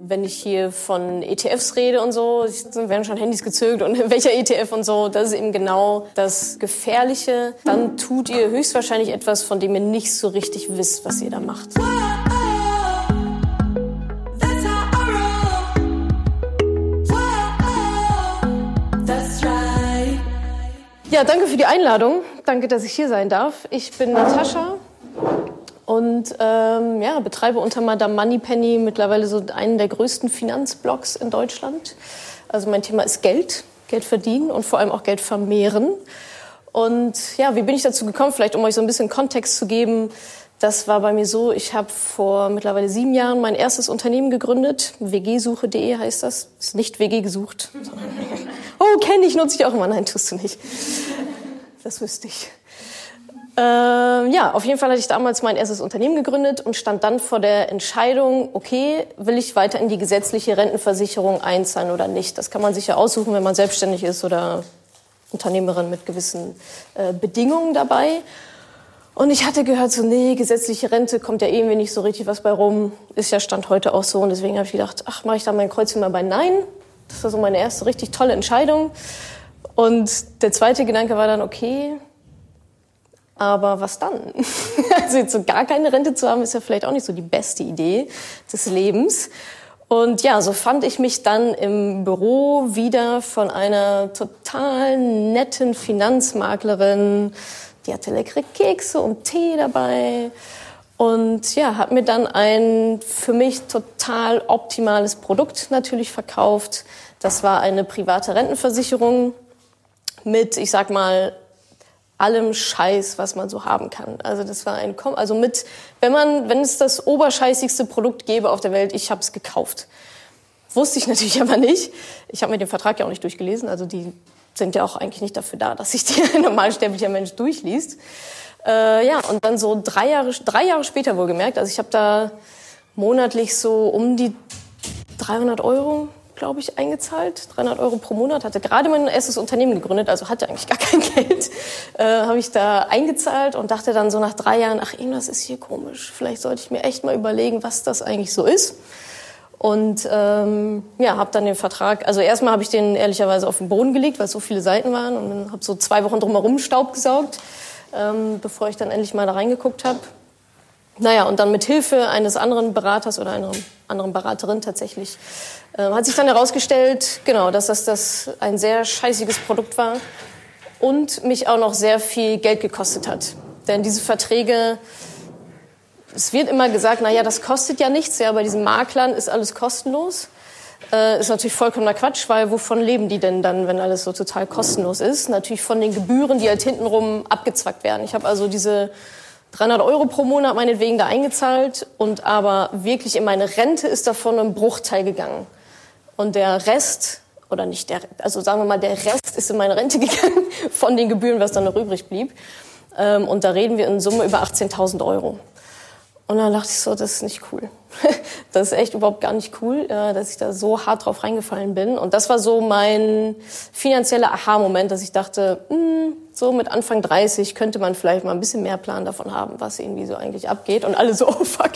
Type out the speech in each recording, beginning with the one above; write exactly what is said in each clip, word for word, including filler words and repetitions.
wenn ich hier von E T Fs rede und so, werden schon Handys gezückt und welcher E T F und so, das ist eben genau das Gefährliche. Dann tut ihr höchstwahrscheinlich etwas, von dem ihr nicht so richtig wisst, was ihr da macht. Ja, danke für die Einladung. Danke, dass ich hier sein darf. Ich bin Natascha und ähm, ja, betreibe unter Madame Moneypenny mittlerweile so einen der größten Finanzblogs in Deutschland. Also mein Thema ist Geld, Geld verdienen und vor allem auch Geld vermehren. Und ja, wie bin ich dazu gekommen? Vielleicht, um euch so ein bisschen Kontext zu geben. Das war bei mir so, ich habe vor mittlerweile sieben Jahren mein erstes Unternehmen gegründet. w g suche punkt de heißt das. Ist nicht W G gesucht. Oh, kenne ich, nutze ich auch immer. Nein, tust du nicht. Das wüsste ich. Ähm, ja, auf jeden Fall hatte ich damals mein erstes Unternehmen gegründet und stand dann vor der Entscheidung, okay, will ich weiter in die gesetzliche Rentenversicherung einzahlen oder nicht? Das kann man sich ja aussuchen, wenn man selbstständig ist oder Unternehmerin mit gewissen äh, Bedingungen dabei. Und ich hatte gehört, so nee, gesetzliche Rente kommt ja irgendwie nicht so richtig was bei rum. Ist ja Stand heute auch so. Und deswegen habe ich gedacht, ach, mache ich da mein Kreuzchen mal bei Nein. Das war so meine erste richtig tolle Entscheidung. Und der zweite Gedanke war dann, okay, aber was dann? Also jetzt so gar keine Rente zu haben, ist ja vielleicht auch nicht so die beste Idee des Lebens. Und ja, so fand ich mich dann im Büro wieder von einer total netten Finanzmaklerin. Die hatte leckere Kekse und Tee dabei und ja, hat mir dann ein für mich total optimales Produkt natürlich verkauft. Das war eine private Rentenversicherung mit, ich sag mal, allem Scheiß, was man so haben kann. Also das war ein, also mit, wenn man, wenn es das oberscheißigste Produkt gäbe auf der Welt, ich habe es gekauft. Wusste ich natürlich aber nicht. Ich habe mir den Vertrag ja auch nicht durchgelesen, also die sind ja auch eigentlich nicht dafür da, dass sich ein normalsterblicher Mensch durchliest. Äh, ja, und dann so drei Jahre, drei Jahre später wohlgemerkt, also ich habe da monatlich so um die dreihundert Euro, glaube ich, eingezahlt. dreihundert Euro pro Monat, hatte gerade mein erstes Unternehmen gegründet, also hatte eigentlich gar kein Geld. Äh, habe ich da eingezahlt und dachte dann so nach drei Jahren, ach, irgendwas ist hier komisch. Vielleicht sollte ich mir echt mal überlegen, was das eigentlich so ist. Und ähm, ja, habe dann den Vertrag, also erstmal habe ich den ehrlicherweise auf den Boden gelegt, weil es so viele Seiten waren und dann habe so zwei Wochen drumherum Staub gesaugt, ähm, bevor ich dann endlich mal da reingeguckt habe. Naja, und dann mit Hilfe eines anderen Beraters oder einer anderen Beraterin tatsächlich äh, hat sich dann herausgestellt, genau, dass das, das ein sehr scheißiges Produkt war und mich auch noch sehr viel Geld gekostet hat. Denn diese Verträge, es wird immer gesagt, na ja, das kostet ja nichts. Ja, bei diesen Maklern ist alles kostenlos. Äh, ist natürlich vollkommener Quatsch, weil wovon leben die denn dann, wenn alles so total kostenlos ist? Natürlich von den Gebühren, die halt hintenrum abgezwackt werden. Ich habe also diese dreihundert Euro pro Monat meinetwegen da eingezahlt und aber wirklich in meine Rente ist davon ein Bruchteil gegangen. Und der Rest, oder nicht der, also sagen wir mal, der Rest ist in meine Rente gegangen von den Gebühren, was dann noch übrig blieb. Ähm, und da reden wir in Summe über achtzehntausend Euro. Und dann dachte ich so, das ist nicht cool. Das ist echt überhaupt gar nicht cool, dass ich da so hart drauf reingefallen bin. Und das war so mein finanzieller Aha-Moment, dass ich dachte, mh, so mit Anfang dreißig könnte man vielleicht mal ein bisschen mehr Plan davon haben, was irgendwie so eigentlich abgeht. Und alle so, oh fuck.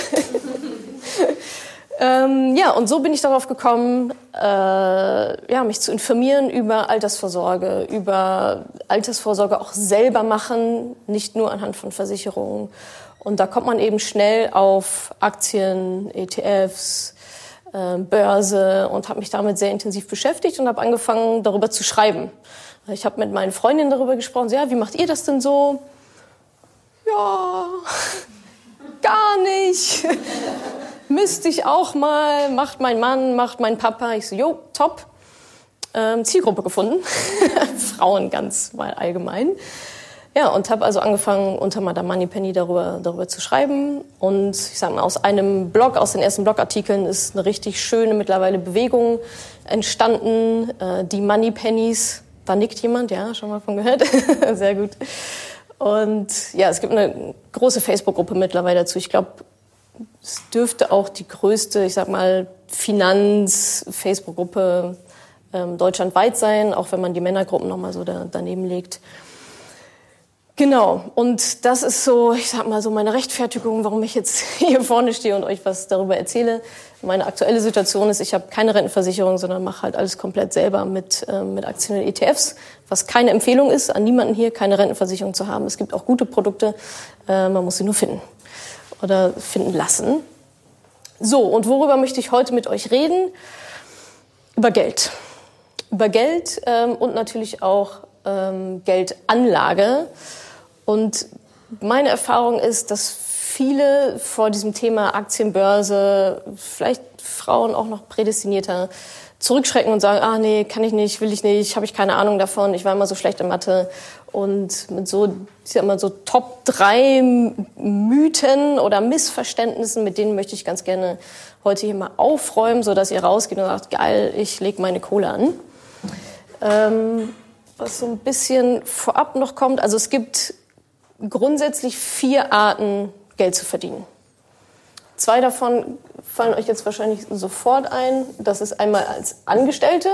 ähm, ja, und so bin ich darauf gekommen, äh, ja, mich zu informieren über Altersvorsorge, über Altersvorsorge auch selber machen, nicht nur anhand von Versicherungen. Und da kommt man eben schnell auf Aktien, E T Fs, äh, Börse und habe mich damit sehr intensiv beschäftigt und habe angefangen, darüber zu schreiben. Ich habe mit meinen Freundinnen darüber gesprochen, so, ja, wie macht ihr das denn so? Ja, gar nicht. Müsste ich auch mal, macht mein Mann, macht mein Papa. Ich so, jo, top. Ähm, Zielgruppe gefunden. Frauen ganz mal allgemein. Ja, und habe also angefangen, unter Madame Moneypenny darüber, darüber zu schreiben. Und ich sag mal, aus einem Blog, aus den ersten Blogartikeln ist eine richtig schöne mittlerweile Bewegung entstanden. Äh, die Moneypennies, da nickt jemand, ja, schon mal von gehört. Sehr gut. Und ja, es gibt eine große Facebook-Gruppe mittlerweile dazu. Ich glaube, es dürfte auch die größte, ich sag mal, Finanz-Facebook-Gruppe ähm, deutschlandweit sein, auch wenn man die Männergruppen noch mal so da, daneben legt. Genau, und das ist so, ich sag mal so meine Rechtfertigung, warum ich jetzt hier vorne stehe und euch was darüber erzähle. Meine aktuelle Situation ist, ich habe keine Rentenversicherung, sondern mache halt alles komplett selber mit, äh, mit Aktien und E T Fs, was keine Empfehlung ist, an niemanden hier keine Rentenversicherung zu haben. Es gibt auch gute Produkte, äh, man muss sie nur finden oder finden lassen. So, und worüber möchte ich heute mit euch reden? Über Geld. Über Geld ähm, und natürlich auch ähm, Geldanlage. Und meine Erfahrung ist, dass viele vor diesem Thema Aktienbörse, vielleicht Frauen auch noch prädestinierter, zurückschrecken und sagen, ah nee, kann ich nicht, will ich nicht, habe ich keine Ahnung davon, ich war immer so schlecht in Mathe. Und mit so, ich sag mal, so Top drei Mythen oder Missverständnissen, mit denen möchte ich ganz gerne heute hier mal aufräumen, sodass ihr rausgeht und sagt, geil, ich lege meine Kohle an. Ähm, was so ein bisschen vorab noch kommt, also es gibt grundsätzlich vier Arten, Geld zu verdienen. Zwei davon fallen euch jetzt wahrscheinlich sofort ein. Das ist einmal als Angestellte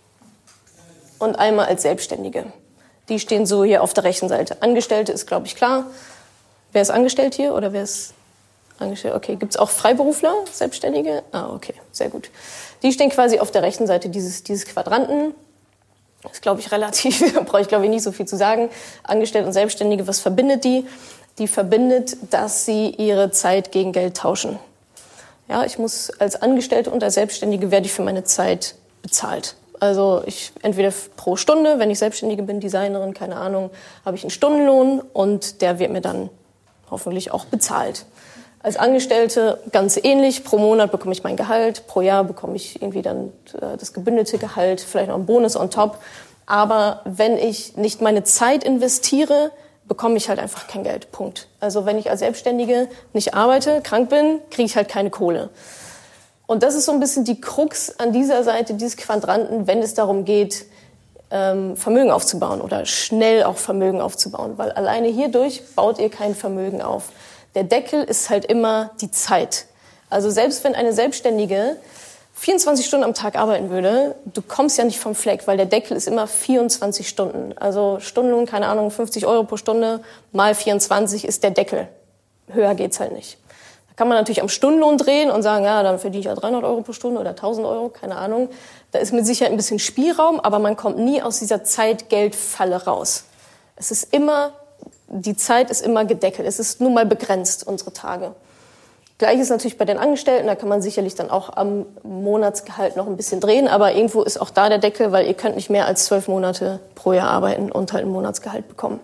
und einmal als Selbstständige. Die stehen so hier auf der rechten Seite. Angestellte ist, glaube ich, klar. Wer ist angestellt hier oder wer ist angestellt? Okay, gibt es auch Freiberufler, Selbstständige? Ah, okay, sehr gut. Die stehen quasi auf der rechten Seite dieses, dieses Quadranten. Das ist, glaube ich, relativ, da brauche ich, glaube ich, nicht so viel zu sagen. Angestellte und Selbstständige, was verbindet die? Die verbindet, dass sie ihre Zeit gegen Geld tauschen. Ja, ich muss als Angestellte und als Selbstständige werde ich für meine Zeit bezahlt. Also ich entweder pro Stunde, wenn ich Selbstständige bin, Designerin, keine Ahnung, habe ich einen Stundenlohn und der wird mir dann hoffentlich auch bezahlt. Als Angestellte ganz ähnlich. Pro Monat bekomme ich mein Gehalt, pro Jahr bekomme ich irgendwie dann das gebündelte Gehalt, vielleicht noch einen Bonus on top. Aber wenn ich nicht meine Zeit investiere, bekomme ich halt einfach kein Geld. Punkt. Also wenn ich als Selbstständige nicht arbeite, krank bin, kriege ich halt keine Kohle. Und das ist so ein bisschen die Krux an dieser Seite dieses Quadranten, wenn es darum geht, ähm, Vermögen aufzubauen oder schnell auch Vermögen aufzubauen. Weil alleine hierdurch baut ihr kein Vermögen auf. Der Deckel ist halt immer die Zeit. Also selbst wenn eine Selbstständige vierundzwanzig Stunden am Tag arbeiten würde, du kommst ja nicht vom Fleck, weil der Deckel ist immer vierundzwanzig Stunden. Also Stundenlohn, keine Ahnung, fünfzig Euro pro Stunde mal vierundzwanzig ist der Deckel. Höher geht's halt nicht. Da kann man natürlich am Stundenlohn drehen und sagen, ja, dann verdiene ich ja dreihundert Euro pro Stunde oder tausend Euro, keine Ahnung. Da ist mit Sicherheit ein bisschen Spielraum, aber man kommt nie aus dieser Zeit-Geld-Falle raus. Es ist immer, die Zeit ist immer gedeckelt. Es ist nun mal begrenzt, unsere Tage. Gleich ist natürlich bei den Angestellten, da kann man sicherlich dann auch am Monatsgehalt noch ein bisschen drehen, aber irgendwo ist auch da der Deckel, weil ihr könnt nicht mehr als zwölf Monate pro Jahr arbeiten und halt ein Monatsgehalt bekommen.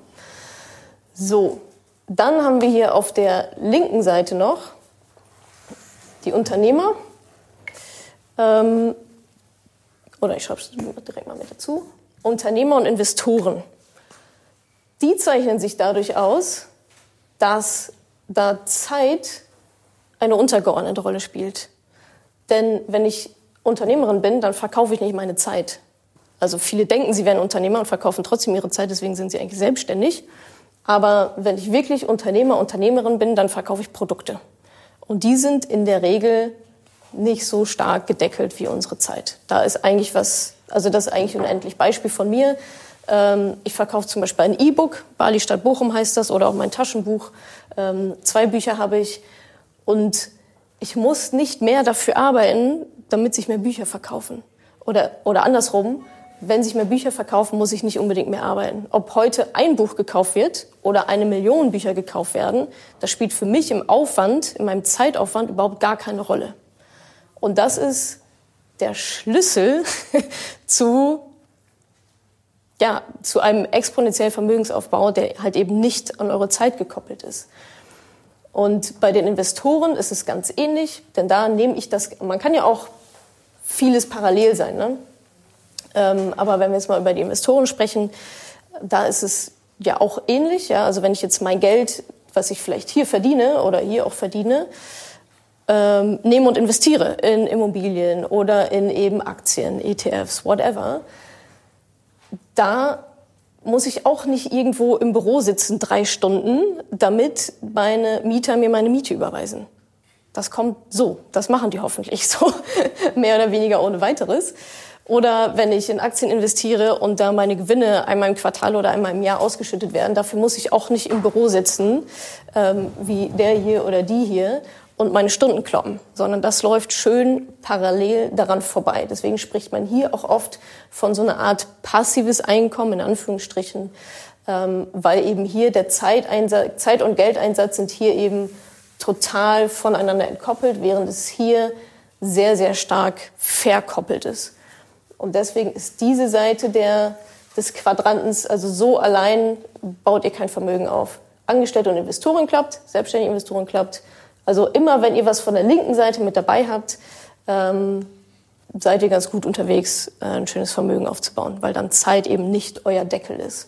So, dann haben wir hier auf der linken Seite noch die Unternehmer. Ähm, oder ich schreibe es direkt mal mit dazu. Unternehmer und Investoren. Die zeichnen sich dadurch aus, dass da Zeit eine untergeordnete Rolle spielt. Denn wenn ich Unternehmerin bin, dann verkaufe ich nicht meine Zeit. Also viele denken, sie wären Unternehmer und verkaufen trotzdem ihre Zeit, deswegen sind sie eigentlich selbstständig. Aber wenn ich wirklich Unternehmer, Unternehmerin bin, dann verkaufe ich Produkte. Und die sind in der Regel nicht so stark gedeckelt wie unsere Zeit. Da ist eigentlich was, also das ist eigentlich unendlich. Beispiel von mir. Ich verkaufe zum Beispiel ein E-Book, Bali statt Bochum heißt das, oder auch mein Taschenbuch. Zwei Bücher habe ich. Und ich muss nicht mehr dafür arbeiten, damit sich mehr Bücher verkaufen. Oder, oder andersrum, wenn sich mehr Bücher verkaufen, muss ich nicht unbedingt mehr arbeiten. Ob heute ein Buch gekauft wird oder eine Million Bücher gekauft werden, das spielt für mich im Aufwand, in meinem Zeitaufwand überhaupt gar keine Rolle. Und das ist der Schlüssel zu, ja, zu einem exponentiellen Vermögensaufbau, der halt eben nicht an eure Zeit gekoppelt ist. Und bei den Investoren ist es ganz ähnlich, denn da nehme ich das, man kann ja auch vieles parallel sein, ne? Ähm, aber wenn wir jetzt mal über die Investoren sprechen, da ist es ja auch ähnlich, ja. Also wenn ich jetzt mein Geld, was ich vielleicht hier verdiene oder hier auch verdiene, ähm, nehme und investiere in Immobilien oder in eben Aktien, E T Fs, whatever, da muss ich auch nicht irgendwo im Büro sitzen, drei Stunden, damit meine Mieter mir meine Miete überweisen. Das kommt so, das machen die hoffentlich so, mehr oder weniger ohne weiteres. Oder wenn ich in Aktien investiere und da meine Gewinne einmal im Quartal oder einmal im Jahr ausgeschüttet werden, dafür muss ich auch nicht im Büro sitzen, ähm, wie der hier oder die hier, und meine Stunden kloppen, sondern das läuft schön parallel daran vorbei. Deswegen spricht man hier auch oft von so einer Art passives Einkommen, in Anführungsstrichen, ähm, weil eben hier der Zeiteinsatz, Zeit- und Geldeinsatz sind hier eben total voneinander entkoppelt, während es hier sehr, sehr stark verkoppelt ist. Und deswegen ist diese Seite der, des Quadrantens, also so allein baut ihr kein Vermögen auf. Angestellte und Investoren klappt, selbstständige Investoren klappt. Also immer, wenn ihr was von der linken Seite mit dabei habt, ähm, seid ihr ganz gut unterwegs, äh, ein schönes Vermögen aufzubauen, weil dann Zeit eben nicht euer Deckel ist.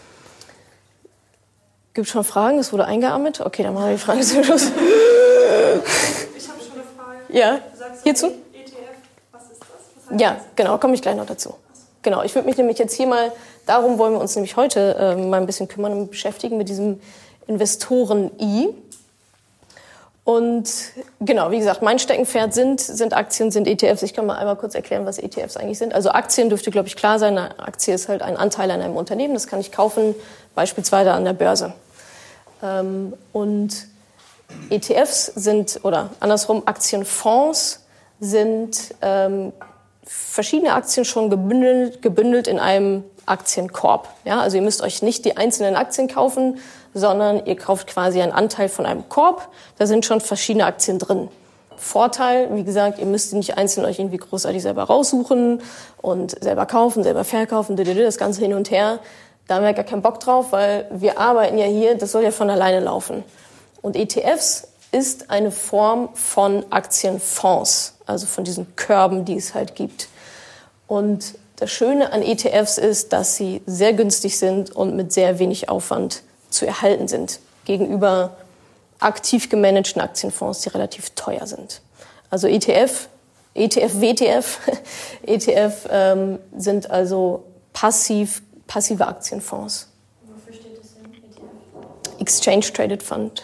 Gibt es schon Fragen? Es wurde eingeatmet. Okay, dann machen wir die Fragen zum Schluss. Ich habe schon eine Frage. Ja, du sagst hierzu? E T F, was ist das? Was Ja, das? genau, komme ich gleich noch dazu. Genau, ich würde mich nämlich jetzt hier mal, darum wollen wir uns nämlich heute äh, mal ein bisschen kümmern und beschäftigen mit diesem Investoren-I. Und genau, wie gesagt, mein Steckenpferd sind, sind Aktien, sind E T Fs. Ich kann mal einmal kurz erklären, was E T Fs eigentlich sind. Also Aktien dürfte, glaube ich, klar sein. Eine Aktie ist halt ein Anteil an einem Unternehmen. Das kann ich kaufen, beispielsweise an der Börse. Ähm, und E T Fs sind, oder andersrum, Aktienfonds sind ähm, verschiedene Aktien schon gebündelt, gebündelt in einem Aktienkorb. Ja, also ihr müsst euch nicht die einzelnen Aktien kaufen, sondern ihr kauft quasi einen Anteil von einem Korb. Da sind schon verschiedene Aktien drin. Vorteil, wie gesagt, ihr müsst nicht einzeln euch irgendwie großartig selber raussuchen und selber kaufen, selber verkaufen, das Ganze hin und her. Da haben wir gar keinen Bock drauf, weil wir arbeiten ja hier, das soll ja von alleine laufen. Und E T Fs ist eine Form von Aktienfonds, also von diesen Körben, die es halt gibt. Und das Schöne an E T Fs ist, dass sie sehr günstig sind und mit sehr wenig Aufwand zu erhalten sind, gegenüber aktiv gemanagten Aktienfonds, die relativ teuer sind. Also E T F, E T F, W T F, E T F ähm, sind also passiv, passive Aktienfonds. Wofür steht das denn, E T F? Exchange Traded Fund.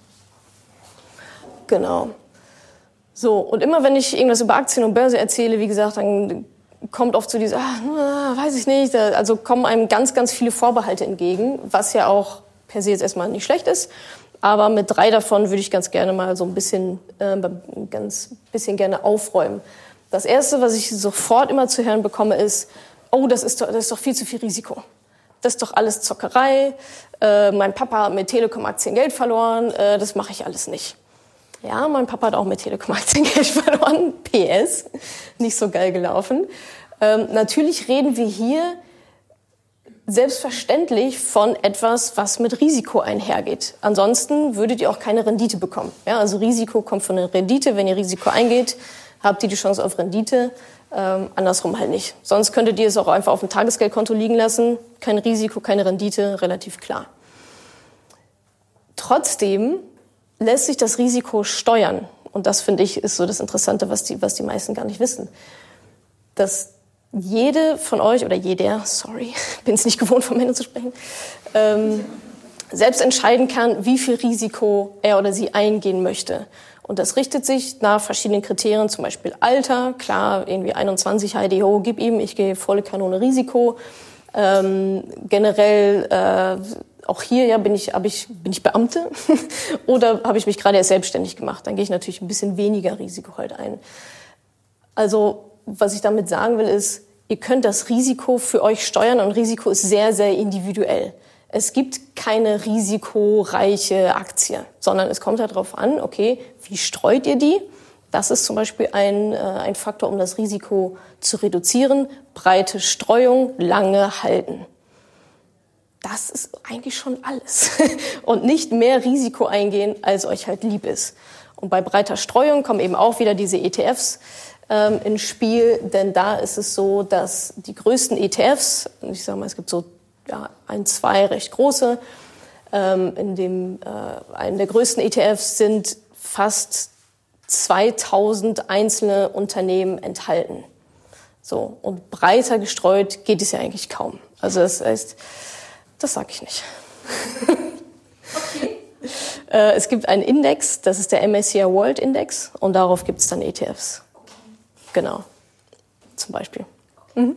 Genau. So, und immer wenn ich irgendwas über Aktien und Börse erzähle, wie gesagt, dann kommt oft so diese, ah, weiß ich nicht, also kommen einem ganz, ganz viele Vorbehalte entgegen, was ja auch per se jetzt erstmal nicht schlecht ist. Aber mit drei davon würde ich ganz gerne mal so ein bisschen, äh, ganz bisschen gerne aufräumen. Das Erste, was ich sofort immer zu hören bekomme, ist, oh, das ist doch, das ist doch viel zu viel Risiko. Das ist doch alles Zockerei. Äh, mein Papa hat mit Telekom-Aktien Geld verloren. Äh, das mache ich alles nicht. Ja, mein Papa hat auch mit Telekom-Aktien Geld verloren. P S. Nicht so geil gelaufen. Ähm, natürlich reden wir hier selbstverständlich von etwas, was mit Risiko einhergeht. Ansonsten würdet ihr auch keine Rendite bekommen. Ja, also Risiko kommt von der Rendite. Wenn ihr Risiko eingeht, habt ihr die Chance auf Rendite. Ähm, andersrum halt nicht. Sonst könntet ihr es auch einfach auf dem Tagesgeldkonto liegen lassen. Kein Risiko, keine Rendite, relativ klar. Trotzdem lässt sich das Risiko steuern. Und das, finde ich, ist so das Interessante, was die, was die meisten gar nicht wissen. Dass jede von euch, oder jeder, sorry, bin es nicht gewohnt, von Männern zu sprechen, ähm, selbst entscheiden kann, wie viel Risiko er oder sie eingehen möchte. Und das richtet sich nach verschiedenen Kriterien, zum Beispiel Alter, klar, irgendwie einundzwanzig, H D O, gib ihm, ich gehe volle Kanone Risiko. Ähm, generell, äh, auch hier ja, bin ich, hab ich, bin ich Beamte oder habe ich mich gerade erst selbstständig gemacht. Dann gehe ich natürlich ein bisschen weniger Risiko halt ein. Also was ich damit sagen will, ist, ihr könnt das Risiko für euch steuern und Risiko ist sehr, sehr individuell. Es gibt keine risikoreiche Aktie, sondern es kommt halt darauf an, okay, wie streut ihr die? Das ist zum Beispiel ein, äh, ein Faktor, um das Risiko zu reduzieren. Breite Streuung, lange halten. Das ist eigentlich schon alles. Und nicht mehr Risiko eingehen, als euch halt lieb ist. Und bei breiter Streuung kommen eben auch wieder diese E T Fs ähm, ins Spiel, denn da ist es so, dass die größten E T Fs, ich sage mal, es gibt so ja, ein, zwei recht große, ähm, in dem äh, einen der größten E T Fs sind fast zweitausend einzelne Unternehmen enthalten. So, und breiter gestreut geht es ja eigentlich kaum. Also das heißt, das sage ich nicht. Okay. äh, es gibt einen Index, das ist der M S C I World Index, und darauf gibt es dann E T Fs. Okay. Genau, zum Beispiel. Mhm.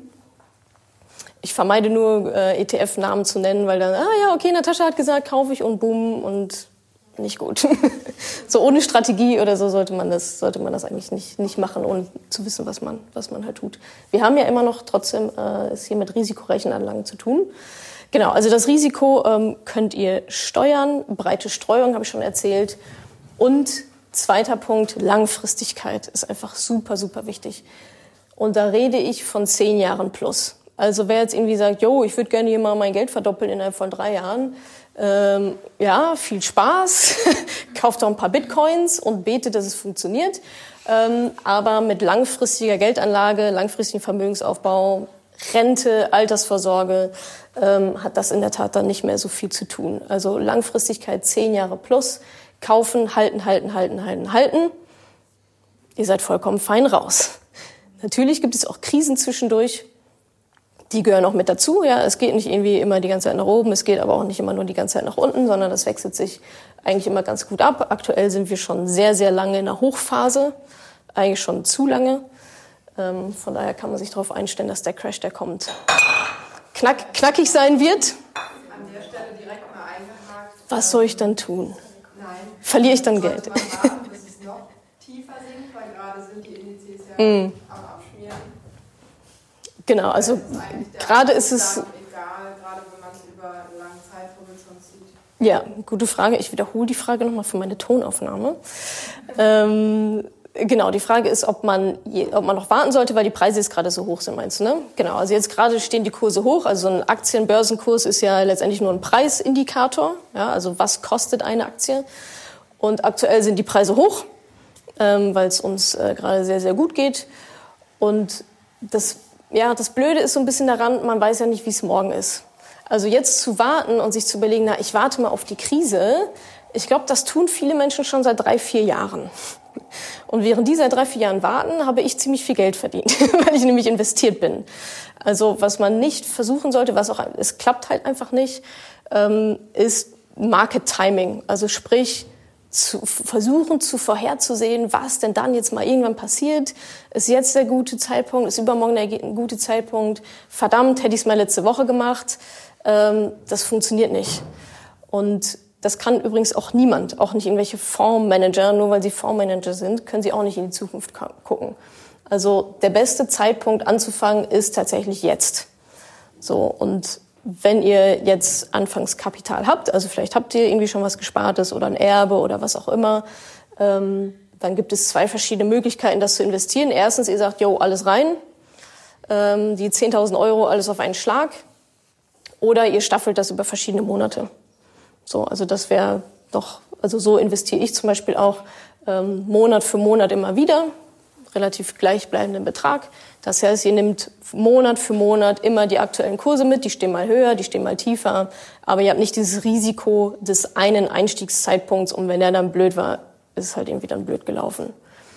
Ich vermeide nur, äh, E T F-Namen zu nennen, weil dann, ah ja, okay, Natascha hat gesagt, kaufe ich und boom und nicht gut. So ohne Strategie oder so sollte man das, sollte man das eigentlich nicht, nicht machen, ohne zu wissen, was man, was man halt tut. Wir haben ja immer noch trotzdem äh, es hier mit risikoreichen Anlagen zu tun. Genau, also das Risiko ähm, könnt ihr steuern, breite Streuung habe ich schon erzählt. Und zweiter Punkt, Langfristigkeit ist einfach super, super wichtig. Und da rede ich von zehn Jahren plus. Also wer jetzt irgendwie sagt, jo, ich würde gerne hier mal mein Geld verdoppeln innerhalb von drei Jahren, ähm, ja, viel Spaß, kauft doch ein paar Bitcoins und betet, dass es funktioniert. Ähm, aber mit langfristiger Geldanlage, langfristigen Vermögensaufbau, Rente, Altersvorsorge, ähm, hat das in der Tat dann nicht mehr so viel zu tun. Also Langfristigkeit zehn Jahre plus, kaufen, halten, halten, halten, halten, halten. Ihr seid vollkommen fein raus. Natürlich gibt es auch Krisen zwischendurch. Die gehören auch mit dazu. Ja, es geht nicht irgendwie immer die ganze Zeit nach oben, es geht aber auch nicht immer nur die ganze Zeit nach unten, sondern das wechselt sich eigentlich immer ganz gut ab. Aktuell sind wir schon sehr, sehr lange in der Hochphase, eigentlich schon zu lange. Ähm, von daher kann man sich darauf einstellen, dass der Crash, der kommt, knack, knackig sein wird. An der Stelle direkt mal eingehakt. Was soll ich dann tun? Nein. Verliere ich dann Sollte Geld? man warten, bis es noch tiefer sinkt, weil gerade sind die Indizes ja Mm. am Abschmieren. Genau, also gerade ist es... Egal, gerade wenn man es über einen langen Zeithorizont sieht. Ja, gute Frage. Ich wiederhole die Frage nochmal für meine Tonaufnahme. Ähm, genau, die Frage ist, ob man, je, ob man noch warten sollte, weil die Preise jetzt gerade so hoch sind, meinst du, ne? Genau, also jetzt gerade stehen die Kurse hoch. Also ein Aktienbörsenkurs ist ja letztendlich nur ein Preisindikator. Ja, also was kostet eine Aktie? Und aktuell sind die Preise hoch, ähm, weil es uns äh, gerade sehr, sehr gut geht. Und das, ja, das Blöde ist so ein bisschen daran, man weiß ja nicht, wie es morgen ist. Also jetzt zu warten und sich zu überlegen, na, ich warte mal auf die Krise, ich glaube, das tun viele Menschen schon seit drei, vier Jahren. Und während die seit drei, vier Jahren warten, habe ich ziemlich viel Geld verdient, weil ich nämlich investiert bin. Also was man nicht versuchen sollte, was auch, es klappt halt einfach nicht, ähm, ist Market Timing. Also sprich, zu versuchen zu vorherzusehen, was denn dann jetzt mal irgendwann passiert. Ist jetzt der gute Zeitpunkt, ist übermorgen der gute Zeitpunkt. Verdammt, hätte ich es mal letzte Woche gemacht. Ähm, das funktioniert nicht. Und das kann übrigens auch niemand, auch nicht irgendwelche Fondsmanager, nur weil sie Fondsmanager sind, können sie auch nicht in die Zukunft gucken. Also der beste Zeitpunkt anzufangen ist tatsächlich jetzt. So, und wenn ihr jetzt Anfangskapital habt, also vielleicht habt ihr irgendwie schon was Gespartes oder ein Erbe oder was auch immer, ähm, dann gibt es zwei verschiedene Möglichkeiten, das zu investieren. Erstens, ihr sagt, jo, alles rein, ähm, die zehntausend Euro, alles auf einen Schlag. Oder ihr staffelt das über verschiedene Monate. So, also das wäre doch, also so investiere ich zum Beispiel auch ähm, Monat für Monat immer wieder, relativ gleichbleibenden Betrag. Das heißt, ihr nehmt Monat für Monat immer die aktuellen Kurse mit, die stehen mal höher, die stehen mal tiefer, aber ihr habt nicht dieses Risiko des einen Einstiegszeitpunkts und wenn der dann blöd war, ist es halt irgendwie dann blöd gelaufen.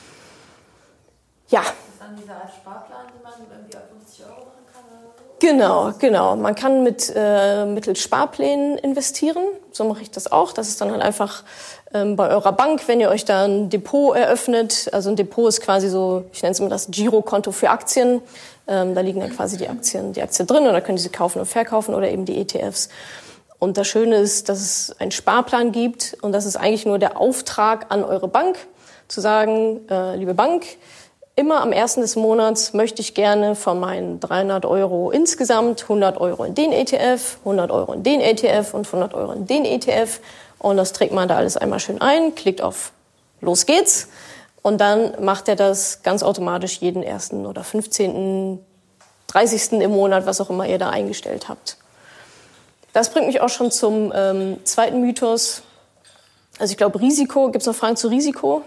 Ja. Ist dann dieser Art Sparplan, den man irgendwie auf fünfzig Euro machen kann oder so? Genau, genau. Man kann mit äh, mittels Sparplänen investieren. So mache ich das auch. Das ist dann halt einfach ähm, bei eurer Bank, wenn ihr euch da ein Depot eröffnet. Also ein Depot ist quasi so, ich nenne es immer das Girokonto für Aktien. Ähm, da liegen dann quasi die Aktien, die Aktien drin und da könnt ihr sie kaufen und verkaufen oder eben die E T Fs. Und das Schöne ist, dass es einen Sparplan gibt und das ist eigentlich nur der Auftrag an eure Bank, zu sagen, äh, liebe Bank, immer am ersten des Monats möchte ich gerne von meinen dreihundert Euro insgesamt hundert Euro in den E T F, hundert Euro in den E T F und hundert Euro in den E T F. Und das trägt man da alles einmal schön ein, klickt auf Los geht's. Und dann macht er das ganz automatisch jeden ersten oder fünfzehnten, dreißigsten im Monat, was auch immer ihr da eingestellt habt. Das bringt mich auch schon zum ähm, zweiten Mythos. Also ich glaube, Risiko, gibt es noch Fragen zu Risiko?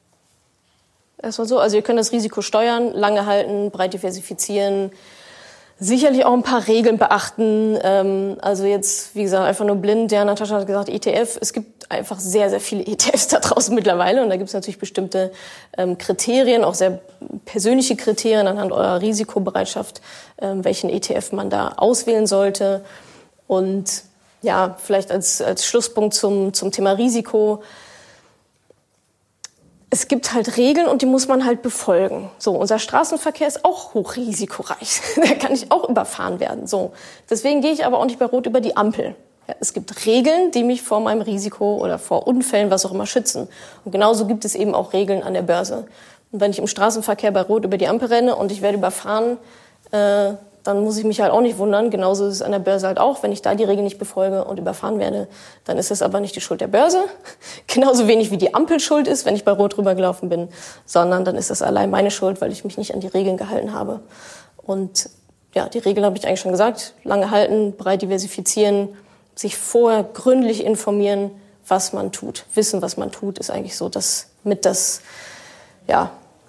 Erstmal so, also ihr könnt das Risiko steuern, lange halten, breit diversifizieren, sicherlich auch ein paar Regeln beachten. Ähm, also jetzt, wie gesagt, einfach nur blind. Ja, Natascha hat gesagt, E T F. Es gibt einfach sehr, sehr viele E T Fs da draußen mittlerweile und da gibt es natürlich bestimmte ähm, Kriterien, auch sehr persönliche Kriterien anhand eurer Risikobereitschaft, ähm, welchen E T F man da auswählen sollte. Und ja, vielleicht als, als Schlusspunkt zum, zum Thema Risiko. es gibt halt Regeln und die muss man halt befolgen. So, unser Straßenverkehr ist auch hochrisikoreich. Da kann ich auch überfahren werden. So, deswegen gehe ich aber auch nicht bei Rot über die Ampel. Ja, es gibt Regeln, die mich vor meinem Risiko oder vor Unfällen, was auch immer, schützen. Und genauso gibt es eben auch Regeln an der Börse. Und wenn ich im Straßenverkehr bei Rot über die Ampel renne und ich werde überfahren, äh, dann muss ich mich halt auch nicht wundern. Genauso ist es an der Börse halt auch. Wenn ich da die Regeln nicht befolge und überfahren werde, dann ist es aber nicht die Schuld der Börse. Genauso wenig wie die Ampel schuld ist, wenn ich bei Rot rübergelaufen bin, sondern dann ist es allein meine Schuld, weil ich mich nicht an die Regeln gehalten habe. Und ja, die Regeln habe ich eigentlich schon gesagt. Lange halten, breit diversifizieren, sich vorher gründlich informieren, was man tut. Wissen, was man tut, ist eigentlich so das mit das, ja,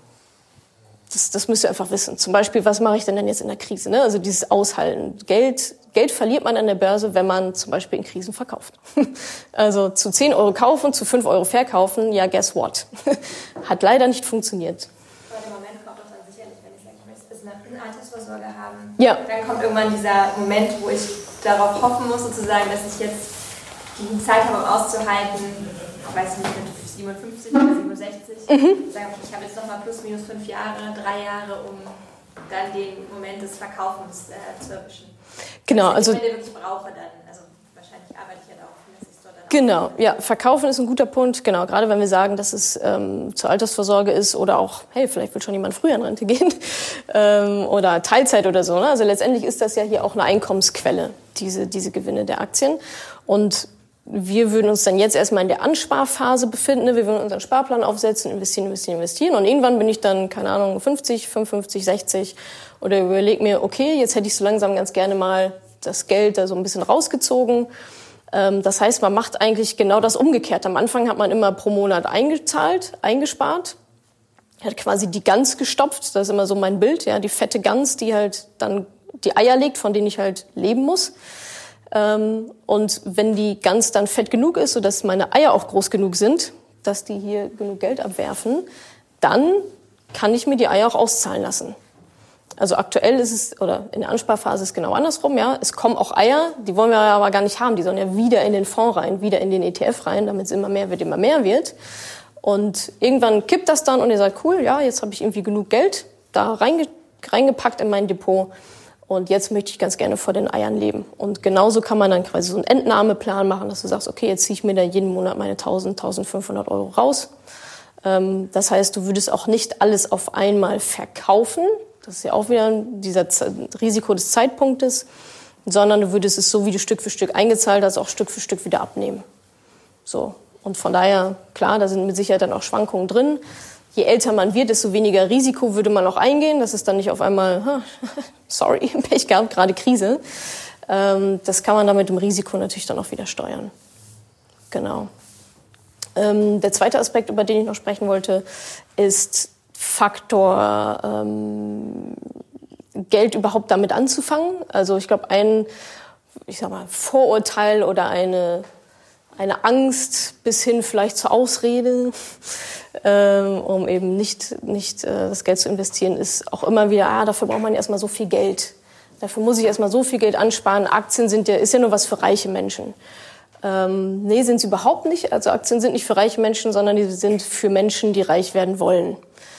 Das, das müsst ihr einfach wissen. Zum Beispiel, was mache ich denn, denn jetzt in der Krise? Ne? Also dieses Aushalten. Geld, Geld verliert man an der Börse, wenn man zum Beispiel in Krisen verkauft. Also zu zehn Euro kaufen, zu fünf Euro verkaufen, ja, guess what? Hat leider nicht funktioniert. Aber der Moment kommt doch dann sicherlich, wenn ich sage, ich möchte ein bisschen eine Altersvorsorge haben. Ja. Dann kommt irgendwann dieser Moment, wo ich darauf hoffen muss, sozusagen, dass ich jetzt die Zeit habe, um auszuhalten, ich weiß nicht, mit siebenundfünfzig oder siebenundsechzig, mhm. sagen, ich habe jetzt noch mal plus minus fünf Jahre, drei Jahre, um dann den Moment des Verkaufens äh, zu erwischen. Genau, also wenn ich den wirklich brauche, dann, also wahrscheinlich arbeite ich ja da auch, dass ich es dort dann genau, ja, verkaufen ist ein guter Punkt, genau, gerade wenn wir sagen, dass es ähm, zur Altersvorsorge ist oder auch, hey, vielleicht will schon jemand früher in Rente gehen ähm, oder Teilzeit oder so, ne? Also letztendlich ist das ja hier auch eine Einkommensquelle, diese, diese Gewinne der Aktien, und wir würden uns dann jetzt erstmal in der Ansparphase befinden. Wir würden unseren Sparplan aufsetzen, investieren, investieren, investieren. Und irgendwann bin ich dann, keine Ahnung, fünfzig, fünfundfünfzig, sechzig oder überlege mir, okay, jetzt hätte ich so langsam ganz gerne mal das Geld da so ein bisschen rausgezogen. Das heißt, man macht eigentlich genau das umgekehrt. Am Anfang hat man immer pro Monat eingezahlt, eingespart. Hat quasi die Gans gestopft. Das ist immer so mein Bild, ja, die fette Gans, die halt dann die Eier legt, von denen ich halt leben muss. Und wenn die Gans dann fett genug ist, sodass meine Eier auch groß genug sind, dass die hier genug Geld abwerfen, dann kann ich mir die Eier auch auszahlen lassen. Also aktuell ist es, oder in der Ansparphase ist es genau andersrum, ja. Es kommen auch Eier, die wollen wir aber gar nicht haben, die sollen ja wieder in den Fonds rein, wieder in den E T F rein, damit es immer mehr wird, immer mehr wird. Und irgendwann kippt das dann und ihr sagt, cool, ja, jetzt habe ich irgendwie genug Geld da reinge- reingepackt in mein Depot. Und jetzt möchte ich ganz gerne vor den Eiern leben. Und genauso kann man dann quasi so einen Entnahmeplan machen, dass du sagst, okay, jetzt ziehe ich mir da jeden Monat meine tausend, tausendfünfhundert Euro raus. Das heißt, du würdest auch nicht alles auf einmal verkaufen. Das ist ja auch wieder dieser Risiko des Zeitpunktes. Sondern du würdest es so, wie du Stück für Stück eingezahlt hast, auch Stück für Stück wieder abnehmen. So. Und von daher, klar, da sind mit Sicherheit dann auch Schwankungen drin. Je älter man wird, desto weniger Risiko würde man auch eingehen. Das ist dann nicht auf einmal, sorry, Pech gehabt, gerade Krise. Das kann man dann mit dem Risiko natürlich dann auch wieder steuern. Genau. Der zweite Aspekt, über den ich noch sprechen wollte, ist Faktor ähm, Geld überhaupt damit anzufangen. Also ich glaube, ein, ich sag mal, Vorurteil oder eine eine Angst bis hin vielleicht zur Ausrede, ähm, um eben nicht, nicht äh, das Geld zu investieren, ist auch immer wieder, ah, dafür braucht man erstmal so viel Geld. Dafür muss ich erstmal so viel Geld ansparen. Aktien sind ja, ist ja nur was für reiche Menschen. Ähm, nee, sind sie überhaupt nicht. Also Aktien sind nicht für reiche Menschen, sondern die sind für Menschen, die reich werden wollen.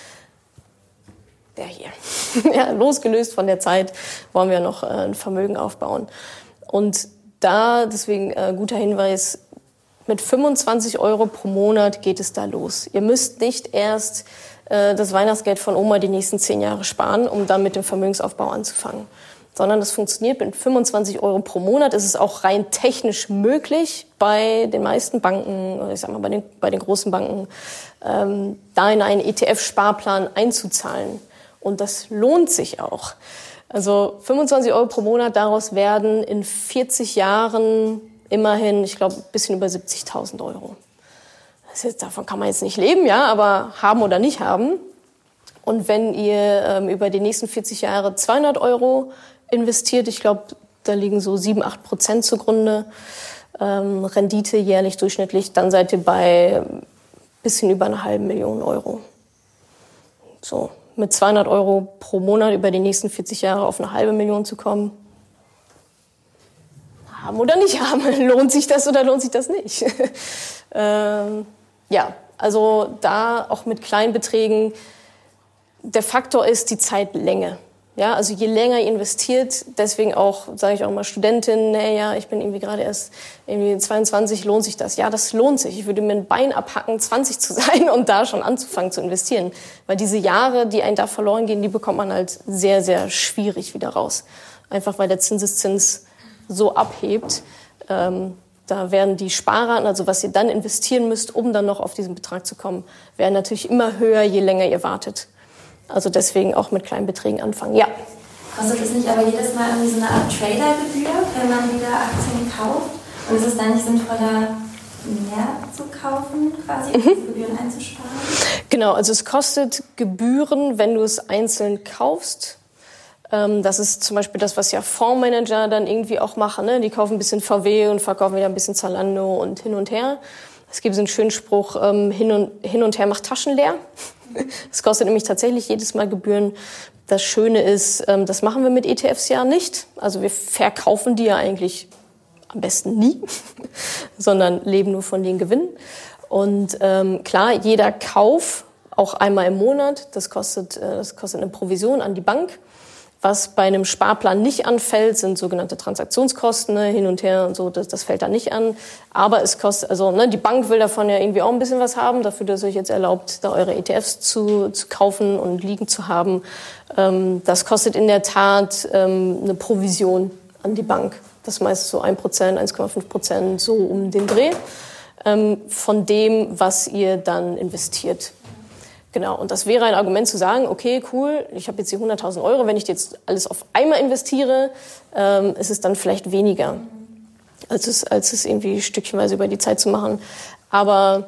Der hier. Ja, losgelöst von der Zeit wollen wir noch äh, ein Vermögen aufbauen. Und da, deswegen äh, guter Hinweis, mit fünfundzwanzig Euro pro Monat geht es da los. Ihr müsst nicht erst äh, das Weihnachtsgeld von Oma die nächsten zehn Jahre sparen, um dann mit dem Vermögensaufbau anzufangen. Sondern das funktioniert mit fünfundzwanzig Euro pro Monat. Es ist auch rein technisch möglich bei den meisten Banken, ich sag mal bei den, bei den großen Banken, ähm, da in einen E T F-Sparplan einzuzahlen. Und das lohnt sich auch. Also fünfundzwanzig Euro pro Monat, daraus werden in vierzig Jahren immerhin, ich glaube, ein bisschen über siebzigtausend Euro. Das ist jetzt, davon kann man jetzt nicht leben, ja, aber haben oder nicht haben. Und wenn ihr ähm, über die nächsten vierzig Jahre zweihundert Euro investiert, ich glaube, da liegen so sieben, acht Prozent zugrunde, ähm, Rendite jährlich durchschnittlich, dann seid ihr bei ein bisschen über einer halben Million Euro. So, mit zweihundert Euro pro Monat über die nächsten vierzig Jahre auf eine halbe Million zu kommen, haben oder nicht haben. Lohnt sich das oder lohnt sich das nicht? ähm, ja, Also da auch mit kleinen Beträgen. Der Faktor ist die Zeitlänge. Ja, also je länger ihr investiert, deswegen auch, sage ich auch mal Studentinnen, naja, ich bin irgendwie gerade erst irgendwie zweiundzwanzig, lohnt sich das? Ja, das lohnt sich. Ich würde mir ein Bein abhacken, zwanzig zu sein und da schon anzufangen zu investieren. Weil diese Jahre, die einen da verloren gehen, die bekommt man halt sehr, sehr schwierig wieder raus. Einfach weil der Zinseszins so abhebt. Ähm, da werden die Sparraten, also was ihr dann investieren müsst, um dann noch auf diesen Betrag zu kommen, werden natürlich immer höher, je länger ihr wartet. Also deswegen auch mit kleinen Beträgen anfangen, ja. Kostet es nicht aber jedes Mal irgendwie so eine Art Tradergebühr, wenn man wieder Aktien kauft? Und ist es dann nicht sinnvoller, mehr zu kaufen, quasi, um mhm. diese Gebühren einzusparen? Genau, also es kostet Gebühren, wenn du es einzeln kaufst. Das ist zum Beispiel das, was ja Fondsmanager dann irgendwie auch machen. Ne? Die kaufen ein bisschen V W und verkaufen wieder ein bisschen Zalando und hin und her. Es gibt so einen schönen Spruch, ähm, hin, und, hin und her macht Taschen leer. Das kostet nämlich tatsächlich jedes Mal Gebühren. Das Schöne ist, ähm, das machen wir mit E T Fs ja nicht. Also wir verkaufen die ja eigentlich am besten nie, sondern leben nur von den Gewinnen. Und ähm, klar, jeder Kauf, auch einmal im Monat, das kostet, äh, das kostet eine Provision an die Bank. Was bei einem Sparplan nicht anfällt, sind sogenannte Transaktionskosten, ne, hin und her und so, das, das fällt da nicht an. Aber es kostet, also ne, die Bank will davon ja irgendwie auch ein bisschen was haben, dafür, dass ihr euch jetzt erlaubt, da eure E T Fs zu, zu kaufen und liegen zu haben. Ähm, das kostet in der Tat ähm, eine Provision an die Bank. Das ist meist so ein Prozent, eins Komma fünf Prozent, so um den Dreh, ähm, von dem, was ihr dann investiert. Genau, und das wäre ein Argument zu sagen, okay, cool, ich habe jetzt die hunderttausend Euro, wenn ich jetzt alles auf einmal investiere, ähm, ist es dann vielleicht weniger, als es, als es irgendwie stückchenweise über die Zeit zu machen. Aber